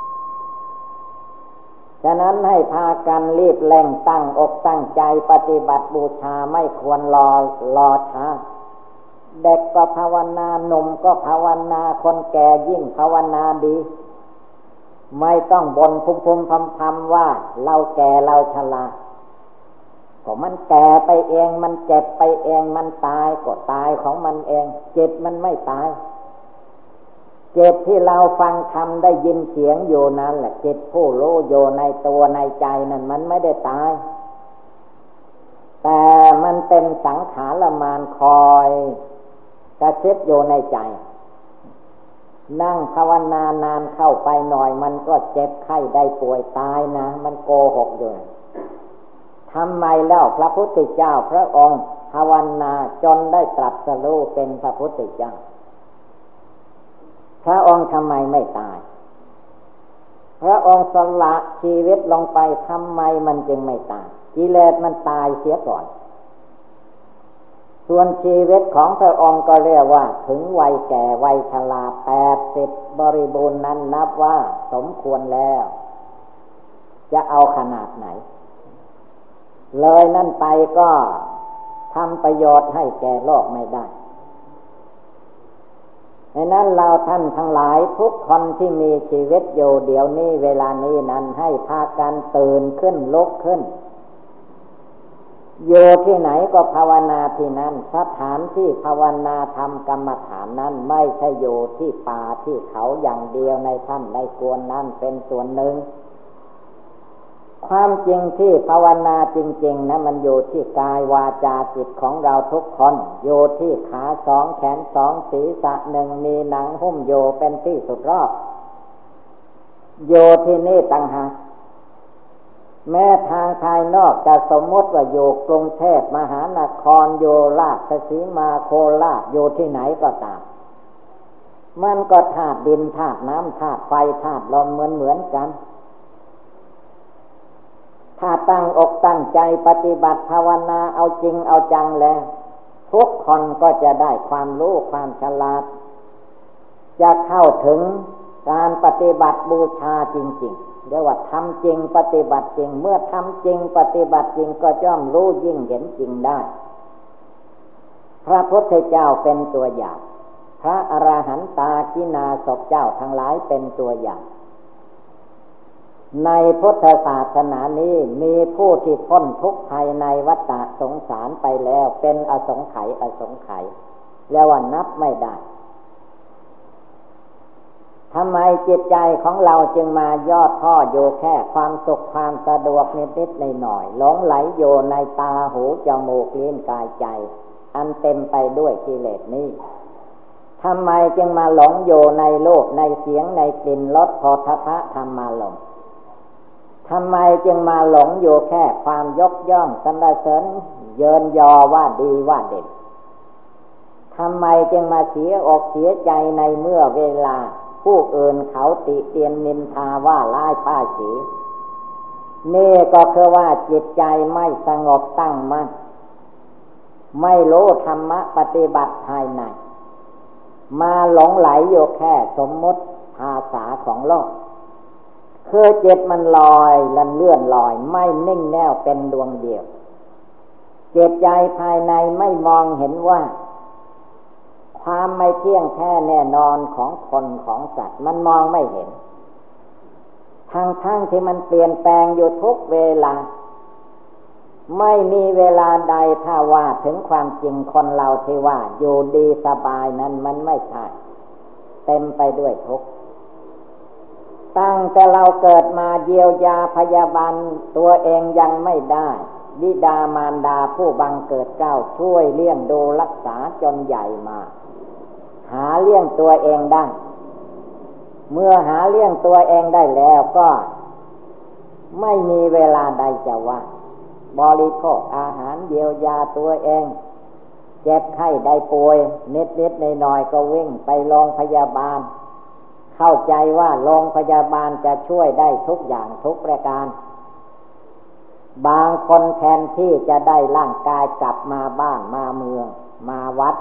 ฉะนั้นให้พากันรีบเร่งตั้งอกตั้งใจปฏิบัติบูชาไม่ควรรอรอช้าเด็กก็ภาวนาหนุ่มก็ภาวนาคนแก่ยิ่งภาวนาดีไม่ต้องบ่นพุ่มพุ่มพำพำว่าเราแก่เราชราก็มันแก่ไปเองมันเจ็บไปเองมันตายก็ตายของมันเองจิตมันไม่ตายจิตที่เราฟังธรรมได้ยินเสียงอยู่นั้นแหละจิตผู้รู้อยู่ในตัวในใจนั้นมันไม่ได้ตายแต่มันเป็นสังขารมารคอยกระซิบอยู่ในใจนั่งภาวนานานเข้าไปหน่อยมันก็เจ็บไข้ได้ป่วยตายนะมันโกหกอยู่ทำไมแล้วพระพุทธเจ้าพระองค์ภาวนาจนได้ตรัสรู้เป็นพระพุทธเจ้าพระองค์ทำไมไม่ตายพระองค์สละชีวิตลงไปทำไมมันจึงไม่ตายกิเลสมันตายเสียก่อนส่วนชีวิตของพระองค์ก็เรียกว่าถึงวัยแก่วัยชราแปดสิบบริบูรณ์นั้นนับว่าสมควรแล้วจะเอาขนาดไหนเลยนั่นไปก็ทำประโยชน์ให้แก่โลกไม่ได้ดังนั้นเราท่านทั้งหลายทุกคนที่มีชีวิตอยู่เดี๋ยวนี้เวลานี้นั้นให้พากันตื่นขึ้นลุกขึ้นอยู่ที่ไหนก็ภาวนาที่นั้นสถานที่ภาวนาทำกรรมฐานนั้นไม่ใช่อยู่ที่ป่าที่เขาอย่างเดียวในถ้ำในกวนนั้นเป็นส่วนหนึ่งความจริงที่ภาวนาจริงๆนะมันอยู่ที่กายวาจาจิตของเราทุกคนอยู่ที่ขาสองแขนสองศีรษะหนึ่งมีหนังหุ้มโยเป็นที่สุดรอบโยที่นี่ต่างหากแม้ทางภายนอกจะสมมติว่าอยู่กรุงเทพมหานครโยราชสีมาโคราชอยู่ที่ไหนก็ตามมันก็ธาตุดินธาตุน้ำธาตุไฟธาตุลมเหมือนเหมือนกันถ้าตั้งอกตั้งใจปฏิบัติภาวนาเอาจริงเอาจังแล้วทุกคนก็จะได้ความรู้ความฉลาดจะเข้าถึงการปฏิบัติบูชาจริงๆเรียกว่าทำจริงปฏิบัติจริงเมื่อทำจริงปฏิบัติจริงก็ย่อมรู้ยิ่งเห็นจริงได้พระพุทธเจ้าเป็นตัวอย่างพระอรหันตากินาศพเจ้าทั้งหลายเป็นตัวอย่างในพุทธศาสนานี้มีผู้ที่พ้นทุกข์ภายในวัฏสงสารไปแล้วเป็นอสงไขยอสงไขยแล้วว่านับไม่ได้ทำไมจิตใจของเราจึงมายอดท่ออยู่แค่ความสุขความสะดวกนิดๆหน่อยๆหลงไหลอยู่ในตาหูจมูกลิ้นกายใจอันเต็มไปด้วยกิเลสนี้ทำไมจึงมาหลงอยู่ในรูปในเสียงในกลิ่นรสโผฏฐัพพะธรรมารมณ์ทำไมจึงมาหลงอยู่แค่ความยกย่องสรรเสริญเยินยอว่าดีว่าเด่นทำไมจึงมาเสียอกเสียใจในเมื่อเวลาผู้อื่นเขาติเตียนนินทาว่าร้ายป้ายสีนี่ก็คือว่าจิตใจไม่สงบตั้งมั่นไม่รู้ธรรมะปฏิบัติภายในมาหลงไหลอยู่แค่สมมติภาษาของโลกคือจิตมันลอยลันเลื่อนลอยไม่นิ่งแน่วเป็นดวงเดียวจิตใจภายในไม่มองเห็นว่าความไม่เที่ยงแท้แน่นอนของคนของสัตว์มันมองไม่เห็นทั้งทั้งที่มันเปลี่ยนแปลงอยู่ทุกเวลาไม่มีเวลาใดถ้าว่าถึงความจริงคนเราที่ว่าอยู่ดีสบายนั้นมันไม่ใช่เต็มไปด้วยทุกข์ตั้งแต่เราเกิดมาเยียวยาพยาบาลตัวเองยังไม่ได้บิดามารดาผู้บังเกิดเกล้าช่วยเลี้ยงดูรักษาจนใหญ่มาหาเลี้ยงตัวเองได้เมื่อหาเลี้ยงตัวเองได้แล้วก็ไม่มีเวลาใดจะว่าบริโภคอาหารเยียวยาตัวเองเจ็บไข้ได้ป่วยนิดๆหน่อยๆก็วิ่งไปโรงพยาบาลเข้าใจว่าโรงพยาบาลจะช่วยได้ทุกอย่างทุกประการบางคนแทนที่จะได้ร่างกายกลับมาบ้านมาเมืองมาวัด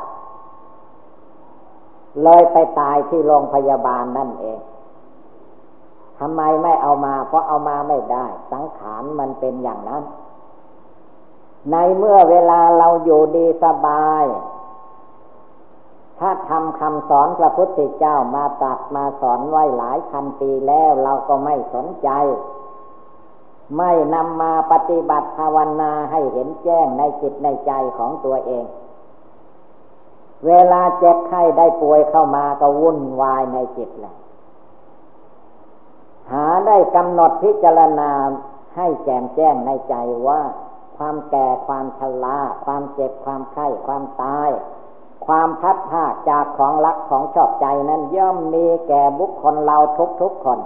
เลยไปตายที่โรงพยาบาลนั่นเองทำไมไม่เอามาเพราะเอามาไม่ได้สังขารมันเป็นอย่างนั้นในเมื่อเวลาเราอยู่ดีสบายถ้าทำคำสอนพระพุทธเจ้ามาตรัสมาสอนไว้หลายพันปีแล้วเราก็ไม่สนใจไม่นำมาปฏิบัติภาวนาให้เห็นแจ้งในจิตในใจของตัวเองเวลาเจ็บไข้ได้ป่วยเข้ามาก็วุ่นวายในจิตแหละหาได้กำหนดพิจารณาให้แจ่มแจ้งในใจว่าความแก่ความชราความเจ็บความไข้ความตายความพัดพรากจากของรักของชอบใจนั้นย่อมมีแก่บุคคลเราทุกๆคน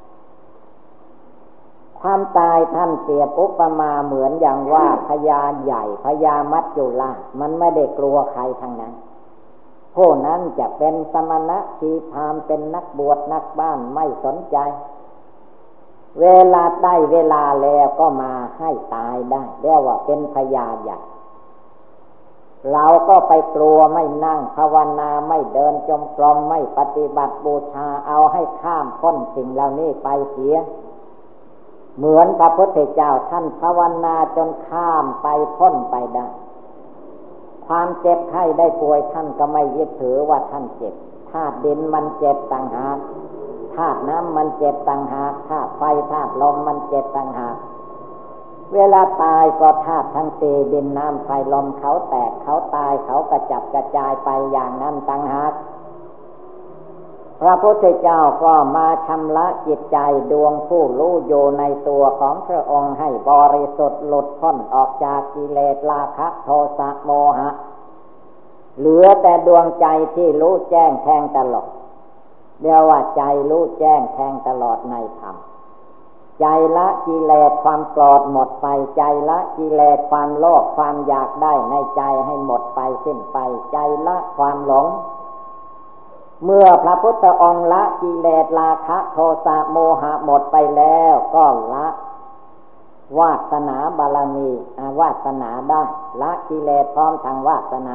ความตายท่านเปรียบอุปมาเหมือนอย่างว่าพญาใหญ่พญามัจจุราชมันไม่ได้กลัวใครทั้งนั้นผู้นั้นจะเป็นสมณะชีพราหมณ์เป็นนักบวชนักบ้านไม่สนใจเวลาได้เวลาแล้วก็มาให้ตายได้เรียกว่าเป็นพญาใหญ่เราก็ไปกลัวไม่นั่งภาวนาไม่เดินจงกรมไม่ปฏิบัติบูชาเอาให้ข้ามพ้นสิ่งเหล่านี้ไปเสียเหมือนพระพุทธเจ้าท่านภาวนาจนข้ามไปพ้นไปได้ความเจ็บไข้ได้ป่วยท่านก็ไม่ยึดถือว่าท่านเจ็บธาตุดินมันเจ็บต่างหากธาตุน้ำมันเจ็บต่างหากธาตุไฟธาตุลมมันเจ็บต่างหากเวลาตายก็ธาตุทั้งสี่ดินน้ำไฟลมเขาแตกเขาตายเขากระจัดกระจายไปอย่างนั้นต่างหากพระพุทธเจ้าก็มาชำระจิตใจดวงผู้รู้อยู่ในตัวของพระองค์ให้บริสุทธิ์หลุดพ้นออกจากกิเลสราคะโทสะโมหะเหลือแต่ดวงใจที่รู้แจ้งแทงตลอดเรียกว่าใจรู้แจ้งแทงตลอดในธรรมใจละกิเลสความโกรธหมดไปใจละกิเลสความโลภความอยากได้ในใจให้หมดไปสิ้นไปใจละความหลงเมื่อพระพุทธองค์ละกิเลสราคะโทสะโมหะหมดไปแล้วก็ละวาสนาบารมีวาสนาได้ละกิเลสพร้อมทางวาสนา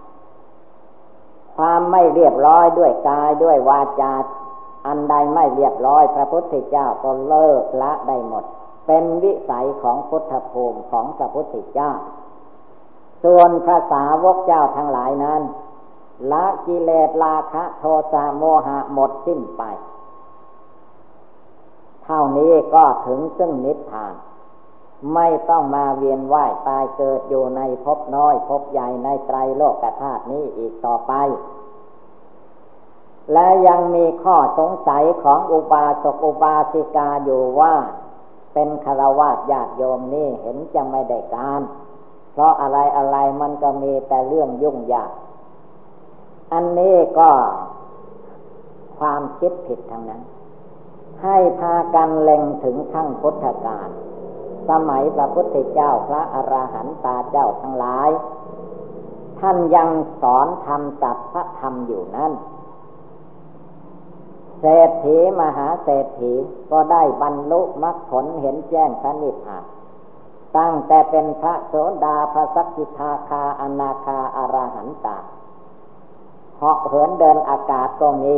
ความไม่เรียบร้อยด้วยกายด้วยวาจาอันใดไม่เรียบร้อยพระพุทธเจ้าก็เลิกละได้หมดเป็นวิสัยของพุทธภูมิของพระพุทธเจ้าส่วนพระสาวกเจ้าทั้งหลายนั้นละกิเลสราคะโทสะโมหะหมดสิ้นไปเท่านี้ก็ถึงซึ่งนิพพานไม่ต้องมาเวียนว่ายตายเกิดอยู่ในภพน้อยภพใหญ่ในไตรโลกธาตุนี้อีกต่อไปและยังมีข้อสงสัยของอุบาสกอุบาสิกาอยู่ว่าเป็นฆราวาสญาติโยมนี่เห็นจะไม่ได้การเพราะอะไรอะไรมันก็มีแต่เรื่องยุ่งยากอันนี้ก็ความคิดผิดทั้งนั้นให้พากันเล็งถึงขั้งพุทธกาลสมัยพระพุทธเจ้าพระอรหันตาเจ้าทั้งหลายท่านยังสอนธรรมจัดพระธรรมอยู่นั้นเศรษฐีมหาเศรษฐีก็ได้บรรลุมรรคผลเห็นแจ้งพระนิพพานตั้งแต่เป็นพระโสดาพระสกิทาคาอนาคาอรหันตาเหาะเหินเดินอากาศก็มี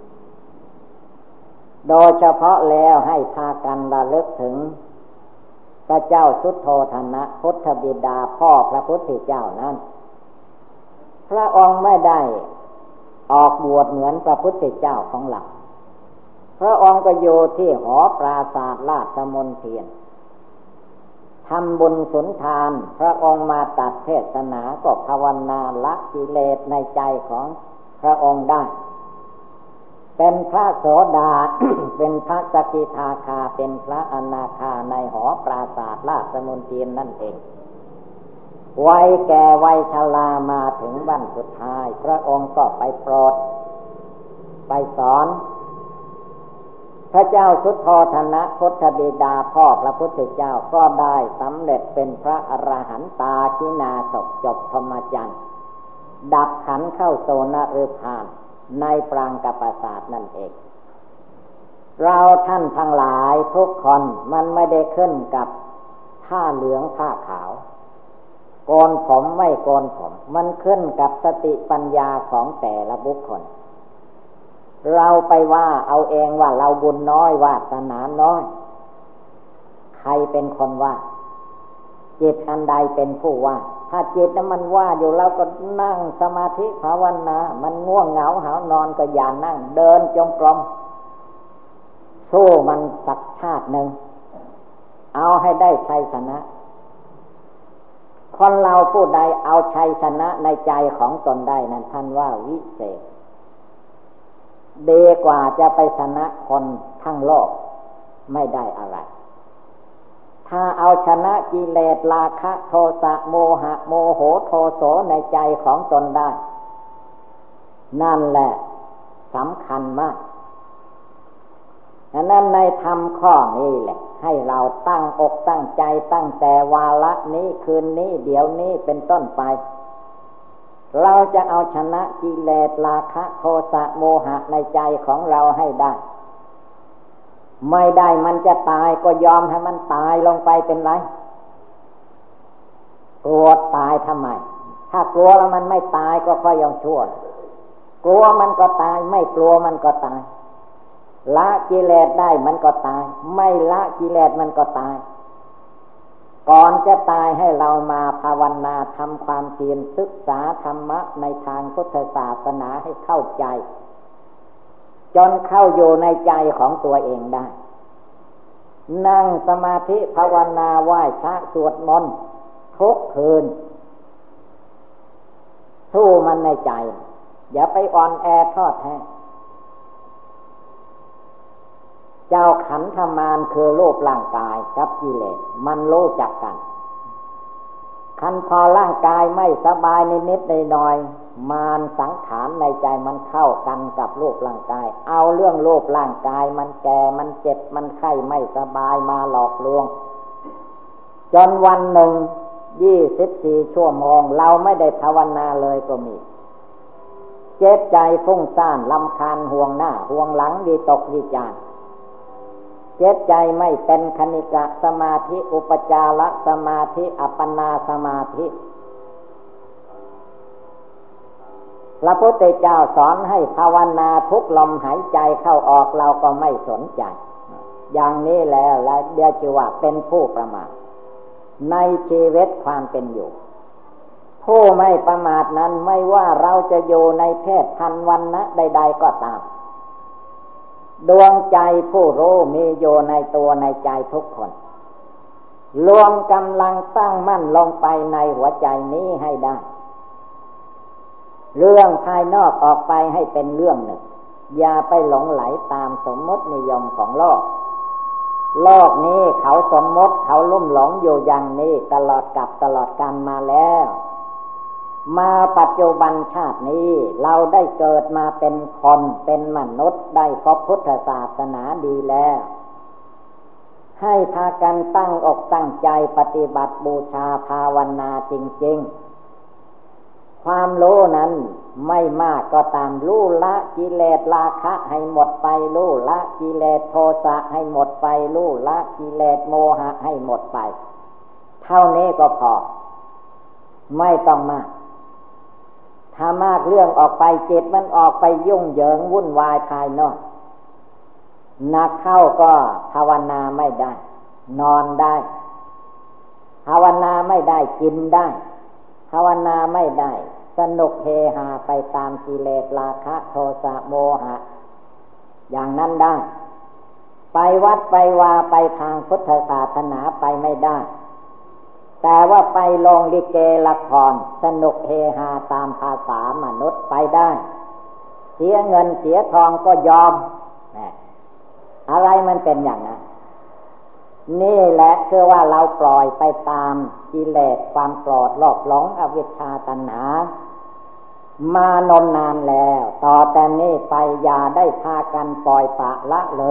โดยเฉพาะแล้วให้พากันระลึกถึงพระเจ้าสุโธทนะพุทธบิดาพ่อพระพุทธเจ้านั้นพระองค์ไม่ได้ออกบวชเหมือนพระพุทธเจ้าของเราพระองค์ก็อยู่ที่หอปราสาทราชมนเทียนทำบุญสุนทานพระองค์มาตัดเทศนาก็ภาวนาละกิเลสในใจของพระองค์ได้เป็นพระโสดา เป็นพระสกิทาคาเป็นพระอนาคาในหอปราสาทราชมนเทียนนั่นเองวัยแก่วัยชรามาถึงวันสุดท้ายพระองค์ก็ไปโปรดไปสอนพระเจ้าสุโธทนะพุทธบิดาพ่อพระพุทธเจ้าก็ได้สำเร็จเป็นพระอรหันตาขีณาสพจบพรหมจรรย์ดับขันธ์เข้าโสนฤพานในปรางกัปปสาทนั่นเองเราท่านทั้งหลายทุกคนมันไม่ได้ขึ้นกับผ้าเหลืองผ้าขาวโกนผมไม่โกนผมมันขึ้นกับสติปัญญาของแต่ละบุคคลเราไปว่าเอาเองว่าเราบุญน้อยวาสนาน้อยใครเป็นคนว่าจิตอันใดเป็นผู้ว่าถ้าจิตนั้นมันว่าอยู่เราก็นั่งสมาธิภาวนามันง่วงเหงาหาวนอนก็อย่านั่งเดินจงกรมสู้มันสักชาติหนึ่งเอาให้ได้ชัยชนะคนเราผู้ใดเอาชัยชนะในใจของตนได้นั้นท่านว่าวิเศษดีกว่าจะไปชนะคนทั้งโลกไม่ได้อะไรถ้าเอาชนะกิเลสราคะโทสะโมหะโมโหโทโสในใจของตนได้นั่นแหละสำคัญมากดังนั้นในธรรมข้อนี้แหละให้เราตั้งอกตั้งใจตั้งแต่วาระนี้คืนนี้เดี๋ยวนี้เป็นต้นไปเราจะเอาชนะกิเลสราคะโทสะโมหะในใจของเราให้ได้ไม่ได้มันจะตายก็ยอมให้มันตายลงไปเป็นไรกลัวตายทำไมถ้ากลัวแล้วมันไม่ตายก็ค่อยยังชั่วกลัวมันก็ตายไม่กลัวมันก็ตายละกิเลสได้มันก็ตายไม่ละกิเลสมันก็ตายก่อนจะตายให้เรามาภาวนาทำความเพียรศึกษาธรรมะในทางพุทธศาสนาให้เข้าใจจนเข้าอยู่ในใจของตัวเองได้นั่งสมาธิภาวนาไหว้พระสวดมนต์ทุกคืนสู้มันในใจอย่าไปอ่อนแอท้อแท้เจ้าขันธมารคือรูปร่างกายกับกิเลสมันรู้จักกันคันพอร่างกายไม่สบายนิดๆหน่อยๆมารสังขารในใจมันเข้ากันกับรูปร่างกายเอาเรื่องรูปร่างกายมันแก่มันเจ็บมันไข้ไม่สบายมาหลอกลวงจนวันหนึ่งยี่สิบสี่ชั่วโมงเราไม่ได้ภาวนาเลยก็มีเจ็บใจฟุ้งซ่านรำคาญห่วงหน้าห่วงหลังวิตกวิจารเจ็บใจไม่เป็นคณิกะสมาธิอุปจารสมาธิอัปปนาสมาธิพระพุทธเจ้าสอนให้ภาวนาทุกลมหายใจเข้าออกเราก็ไม่สนใจอย่างนี้แล้วและเดี๋ยวจะว่าเป็นผู้ประมาทในชีวิตความเป็นอยู่ผู้ไม่ประมาทนั้นไม่ว่าเราจะอยู่ในเพศพันธุ์วรรณะใดๆก็ตามดวงใจผู้รู้มีอยู่ในตัวในใจทุกคนรวมกำลังตั้งมั่นลงไปในหัวใจนี้ให้ได้เรื่องภายนอกออกไปให้เป็นเรื่องหนึ่งอย่าไปหลงไหลตามสมมตินิยมของโลกโลกนี้เขาสมมติเขาลุ่มหลงอยู่อย่างนี้ตลอดกับตลอดกาลมาแล้วมาปัจจุบันชาตินี้เราได้เกิดมาเป็นคนเป็นมนุษย์ได้พบพุทธศาสนาดีแล้วให้พากันตั้งอกตั้งใจปฏิบัติบูชาภาวนาจริงๆความรู้นั้นไม่มากก็ตามรู้ละกิเลสราคะให้หมดไปรู้ละกิเลสโทสะให้หมดไปรู้ละกิเลสโมหะให้หมดไปเท่านี้ก็พอไม่ต้องมากถ้ามากเรื่องออกไปจิตมันออกไปยุ่งเหยิงวุ่นวายภายนอกนักเข้าก็ภาวนาไม่ได้นอนได้ภาวนาไม่ได้กินได้ภาวนาไม่ได้สนุกเฮฮาไปตามกิเลสราคะโทสะโมหะอย่างนั้นได้ไปวัดไปวาไปทางพุทธศาสนาไปไม่ได้แต่ว่าไปลงลิเกละครสนุกเฮฮาตามภาษามนุษย์ไปได้เสียเงินเสียทองก็ยอมอะไรมันเป็นอย่างนั้นนี่แหละคือว่าเราปล่อยไปตามกิเลสความโกรธโลภหลงอวิชชาตัณหามานมนานแล้วต่อแต่นี้ไปอย่าได้พากันปล่อยปละละเลย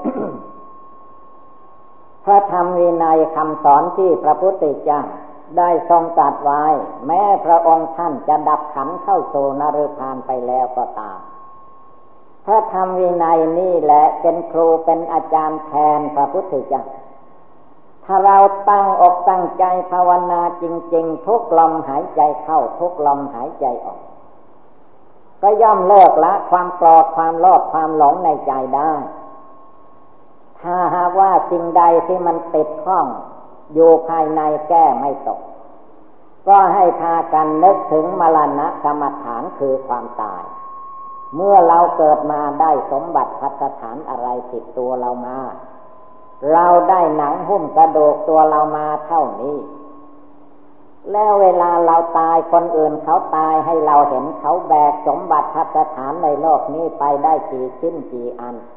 พระธรรมวินัยคำสอนที่พระพุทธเจ้าได้ทรงตรัสไว้แม้พระองค์ท่านจะดับขันธ์เข้าสู่นรกพานไปแล้วก็ตามพระธรรมวินัยนี่แหละเป็นครูเป็นอาจารย์แทนพระพุทธเจ้าถ้าเราตั้งอกตั้งใจภาวนาจริงๆทุกลมหายใจเข้าทุกลมหายใจออกก็ย่อมเลิกละความโกรธความโลภความหลงในใจได้ถ้าหากว่าสิ่งใดที่มันติดข้องอยู่ภายในแก้ไม่ตกก็ให้พากันนึกถึงมรณะกรรมฐานคือความตายเมื่อเราเกิดมาได้สมบัติภัสถานอะไรติดตัวเรามาเราได้หนังหุ้มกระดูกตัวเรามาเท่านี้แล้วเวลาเราตายคนอื่นเขาตายให้เราเห็นเขาแบกสมบัติภัสถานในโลกนี้ไปได้กี่ชิ้นกี่อัน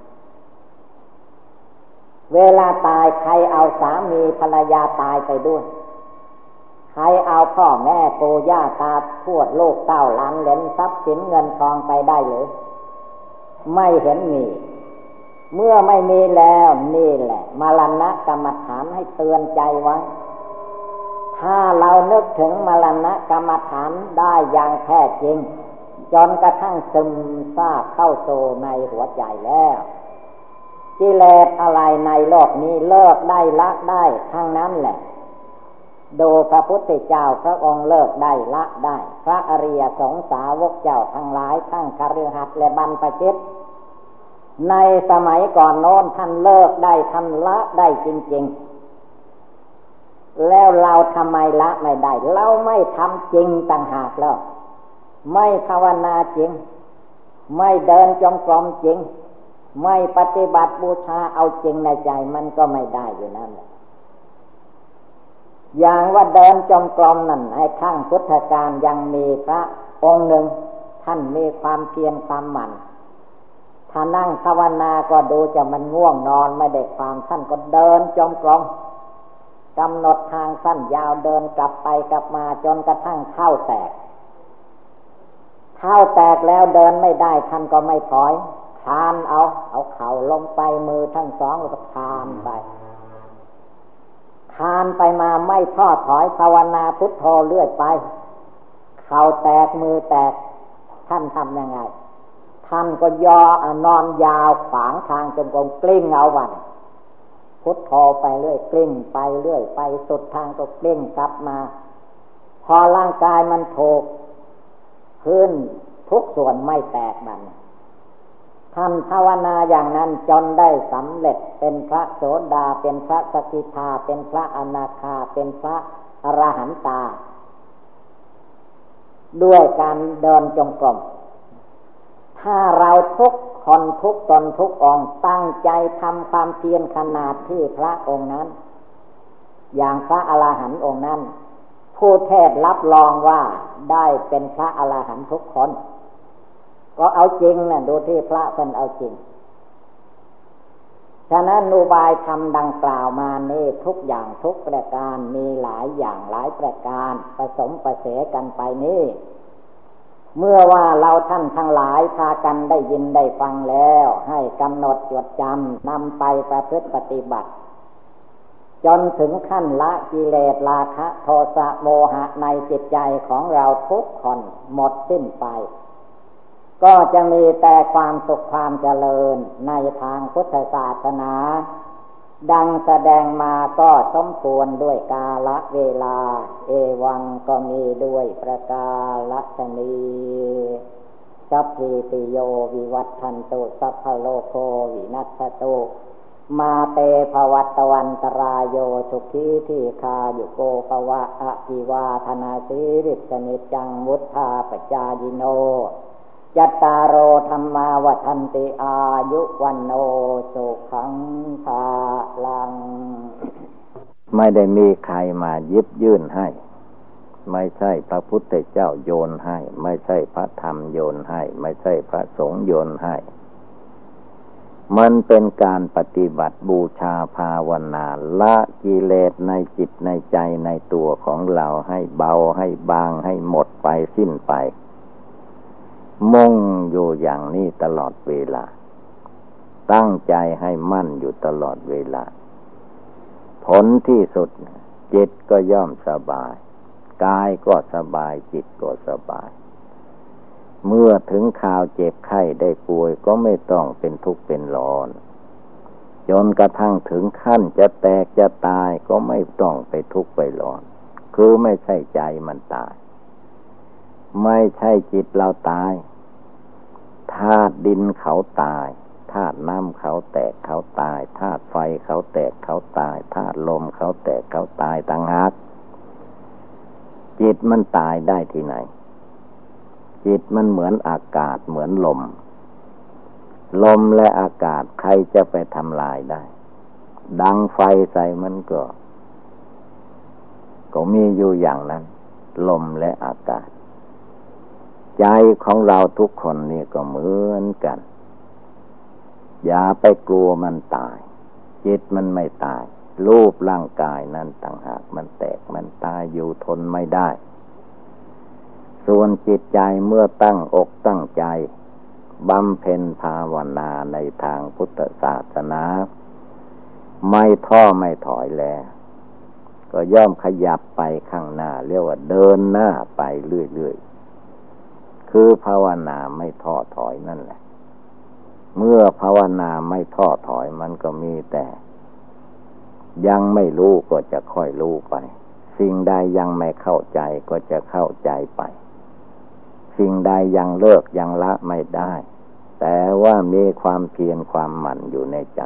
เวลาตายใครเอาสามีภรรยาตายไปด้วยใครเอาพ่อแม่ปู่ย่าตาทวดลูกเต้าหลานเหลนทรัพย์สินเงินทองไปได้หรือไม่เห็นมีเมื่อไม่มีแล้วนี่แหละมรณะกรรมฐานให้เตือนใจไว้ถ้าเรานึกถึงมรณะกรรมฐานได้อย่างแท้จริงจนกระทั่งซึมซาบเข้าสู่ในหัวใจแล้วกิเลสอะไรในโลกนี้เลิกได้ละได้ทั้งนั้นแหละดูพระพุทธเจ้าพระองค์เลิกได้ละได้พระอริยสงสาวกเจ้าทั้งหลายทั้งคฤหัสถ์และบรรพชิตในสมัยก่อนโน้นท่านเลิกได้ท่านละได้จริงๆแล้วเราทำไมละไม่ได้เราไม่ทำจริงต่างหากแล้วไม่ภาวนาจริงไม่เดินจงกรมจริงไม่ปฏิบัติบูชาเอาจริงในใจมันก็ไม่ได้อยู่นั่นแหละอย่างว่าเดินจงกรมนั่นให้ข้างพุทธกาลยังมีพระองค์หนึ่งท่านมีความเพียรความหมั่นถ้านั่งภาวนาก็ดูจะมันง่วงนอนไม่ได้ความท่านก็เดินจงกรมกำหนดทางสั้นยาวเดินกลับไปกลับมาจนกระทั่งเท้าแตกเท้าแตกแล้วเดินไม่ได้ท่านก็ไม่ถอยคลานเอาเอาเข่าลงไปมือทั้งสองแล้วก็คลานไปคลานไปมาไม่ท้อถอยภาวนาพุทโธเรื่อยไปเข่าแตกมือแตกท่านทำยังไงท่านก็ย่อนอนยาวขวางทางจนกลมกลิ้งเอาวันพุทโธไปเรื่อยกลิ้งไปเรื่อยไปสุดทางก็กลิ้งกลับมาพอร่างกายมันถูกพื้นทุกส่วนไม่แตกบัดท่านภาวนาอย่างนั้นจนได้สำเร็จเป็นพระโสดาเป็นพระสกิทาเป็นพระอนาคาเป็นพระอรหันตาด้วยการเดินจงกรมถ้าเราทุกคนทุกตนทุกองตั้งใจทำความเพียรขนาดที่พระองค์นั้นอย่างพระอรหันต์องค์นั้นผู้เทศรับรองว่าได้เป็นพระอรหันต์ทุกคนก็เอาจริงนะดูที่พระเป็นเอาจริงฉะนั้นอุบายธรรมดังกล่าวมานี่ทุกอย่างทุกประการมีหลายอย่างหลายประการผสมประเสกันไปนี่เมื่อว่าเราท่านทั้งหลายพากันได้ยินได้ฟังแล้วให้กำหนดจดจำนำไปประพฤติปฏิบัติจนถึงขั้นละกิเลสราคะโทสะโมหะในจิตใจของเราทุกคนหมดสิ้นไปก็จะมีแต่ความสุขความเจริญในทางพุทธศาสนาดังแสดงมาก็สมควรด้วยกาลเวลาเอวังก็มีด้วยประกาศนีสัพพิติโยวิวัฏันตุสัพพโลกโควินัสสตุมาเตภวัตวันตรายโยสุขีทีคายุโกภวะอภิวาทนาสิริสนิจังมุทธาปจายิโนยัตตารโอธรรมาวัฏันติอายุวันโนสุขังภาลังไม่ได้มีใครมายิบยื่นให้ไม่ใช่พระพุทธเจ้าโยนให้ไม่ใช่พระธรรมโยนให้ไม่ใช่พระสงฆ์โยนให้มันเป็นการปฏิบัติบูชาภาวนาละกิเลสในจิตในใจในตัวของเราให้เบาให้บางให้หมดไปสิ้นไปมุ่งอยู่อย่างนี้ตลอดเวลาตั้งใจให้มั่นอยู่ตลอดเวลาผลที่สุดจิตก็ย่อมสบายกายก็สบายจิตก็สบายเมื่อถึงข่าวเจ็บไข้ได้ป่วยก็ไม่ต้องเป็นทุกข์เป็นร้อนจนกระทั่งถึงขั้นจะแตกจะตายก็ไม่ต้องไปทุกข์ไปร้อนคือไม่ใช่ใจมันตายไม่ใช่จิตเราตายธาตุดินเขาตายธาตุน้ำเขาแตกเขาตายธาตุไฟเขาแตกเขาตายธาตุลมเขาแตกเขาตายต่างหากจิตมันตายได้ที่ไหนจิตมันเหมือนอากาศเหมือนลมลมและอากาศใครจะไปทำลายได้ดังไฟใส่มันก็ก็มีอยู่อย่างนั้นลมและอากาศใจของเราทุกคนนี่ก็เหมือนกันอย่าไปกลัวมันตายจิตมันไม่ตายรูปร่างกายนั้นต่างหากมันแตกมันตายอยู่ทนไม่ได้ส่วนจิตใจเมื่อตั้งอกตั้งใจบำเพ็ญภาวนาในทางพุทธศาสนาไม่ท้อไม่ถอยแล้วก็ย่อมขยับไปข้างหน้าเรียกว่าเดินหน้าไปเรื่อยๆคือภาวนาไม่ท้อถอยนั่นแหละเมื่อภาวนาไม่ท้อถอยมันก็มีแต่ยังไม่รู้ก็จะค่อยรู้ไปสิ่งใดยังไม่เข้าใจก็จะเข้าใจไปสิ่งใดยังเลิกยังละไม่ได้แต่ว่ามีความเพียรความหมั่นอยู่ในใจ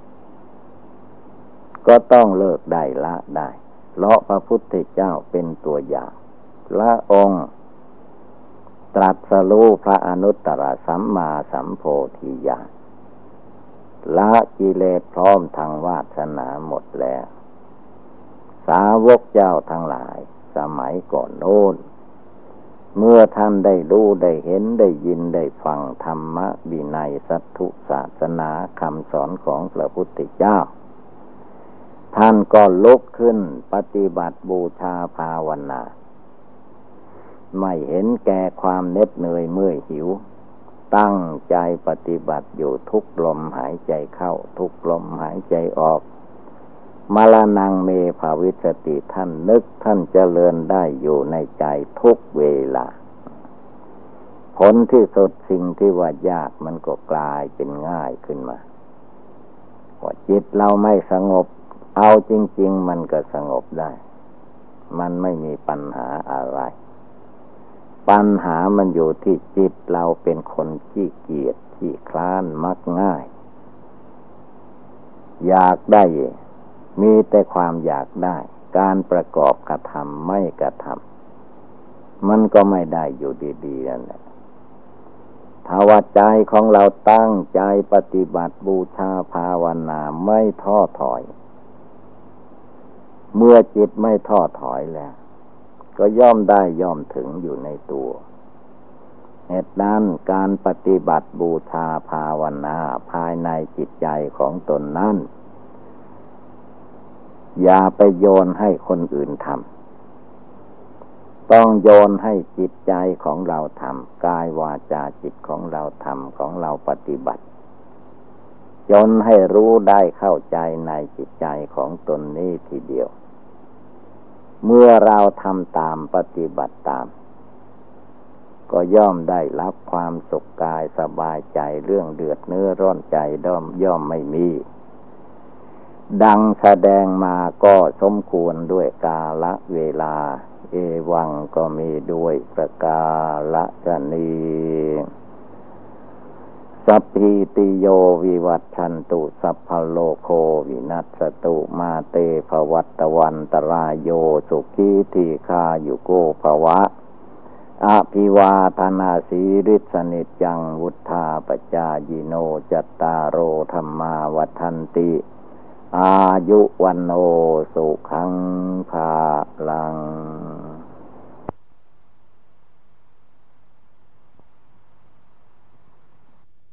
ก็ต้องเลิกได้ละได้เพราะพระพุทธเจ้าเป็นตัวอย่างพระองค์ตรัสรู้พระอนุตตรสัมมาสัมโพธิญาณละกิเลสพร้อมทางวาสนาหมดแล้วสาวกเจ้าทั้งหลายสมัยก่อนโน้นเมื่อท่านได้รู้ได้เห็นได้ยินได้ฟังธรรมะวินัยสัทธุศาสนาคำสอนของพระพุทธเจ้าท่านก็ลุกขึ้นปฏิบัติบูชาภาวนาไม่เห็นแก่ความเหน็ดเหนื่อยเมื่อยหิวตั้งใจปฏิบัติอยู่ทุกลมหายใจเข้าทุกลมหายใจออกมรณังเมภาวิสติท่านนึกท่านเจริญได้อยู่ในใจทุกเวลาผลที่สุดสิ่งที่ว่ายากมันก็กลายเป็นง่ายขึ้นมาว่าจิตเราไม่สงบเอาจริงๆมันก็สงบได้มันไม่มีปัญหาอะไรปัญหามันอยู่ที่จิตเราเป็นคนขี้เกียจขี้คลานมักง่ายอยากได้มีแต่ความอยากได้การประกอบกระทำไม่กระทมันก็ไม่ได้อยู่ดีๆนั่นแหละถ้าว่าใจของเราตั้งใจปฏิบัติบูชาภาวนาไม่ท้อถอยเมื่อจิตไม่ท้อถอยแล้วก็ย่อมได้ย่อมถึงอยู่ในตัวเหตุนั้นการปฏิบัติบูชาภาวนาภายในจิตใจของตนนั้นอย่าไปโยนให้คนอื่นทำต้องโยนให้จิตใจของเราทำกายวาจาจิตของเราทำของเราปฏิบัติจนให้รู้ได้เข้าใจในจิตใจของตนนี้ทีเดียวเมื่อเราทำตามปฏิบัติตามก็ย่อมได้รับความสุขกายสบายใจเรื่องเดือดเนื้อร้อนใจย่อมย่อมไม่มีดังแสดงมาก็สมควรด้วยกาลเวลาเอวังก็มีด้วยประกาศนีสัพพิติโยวิวัชชันตุสัพพโลโควินัสสตุมาเตภวัตวันตรายโยสุขีทีฆายุโกภวะอภิวาทนาสีริสนิจจังวุธาปจายิโนจัตตารโอธรรมาวัฏันติอายุวันโนสุขังภาลัง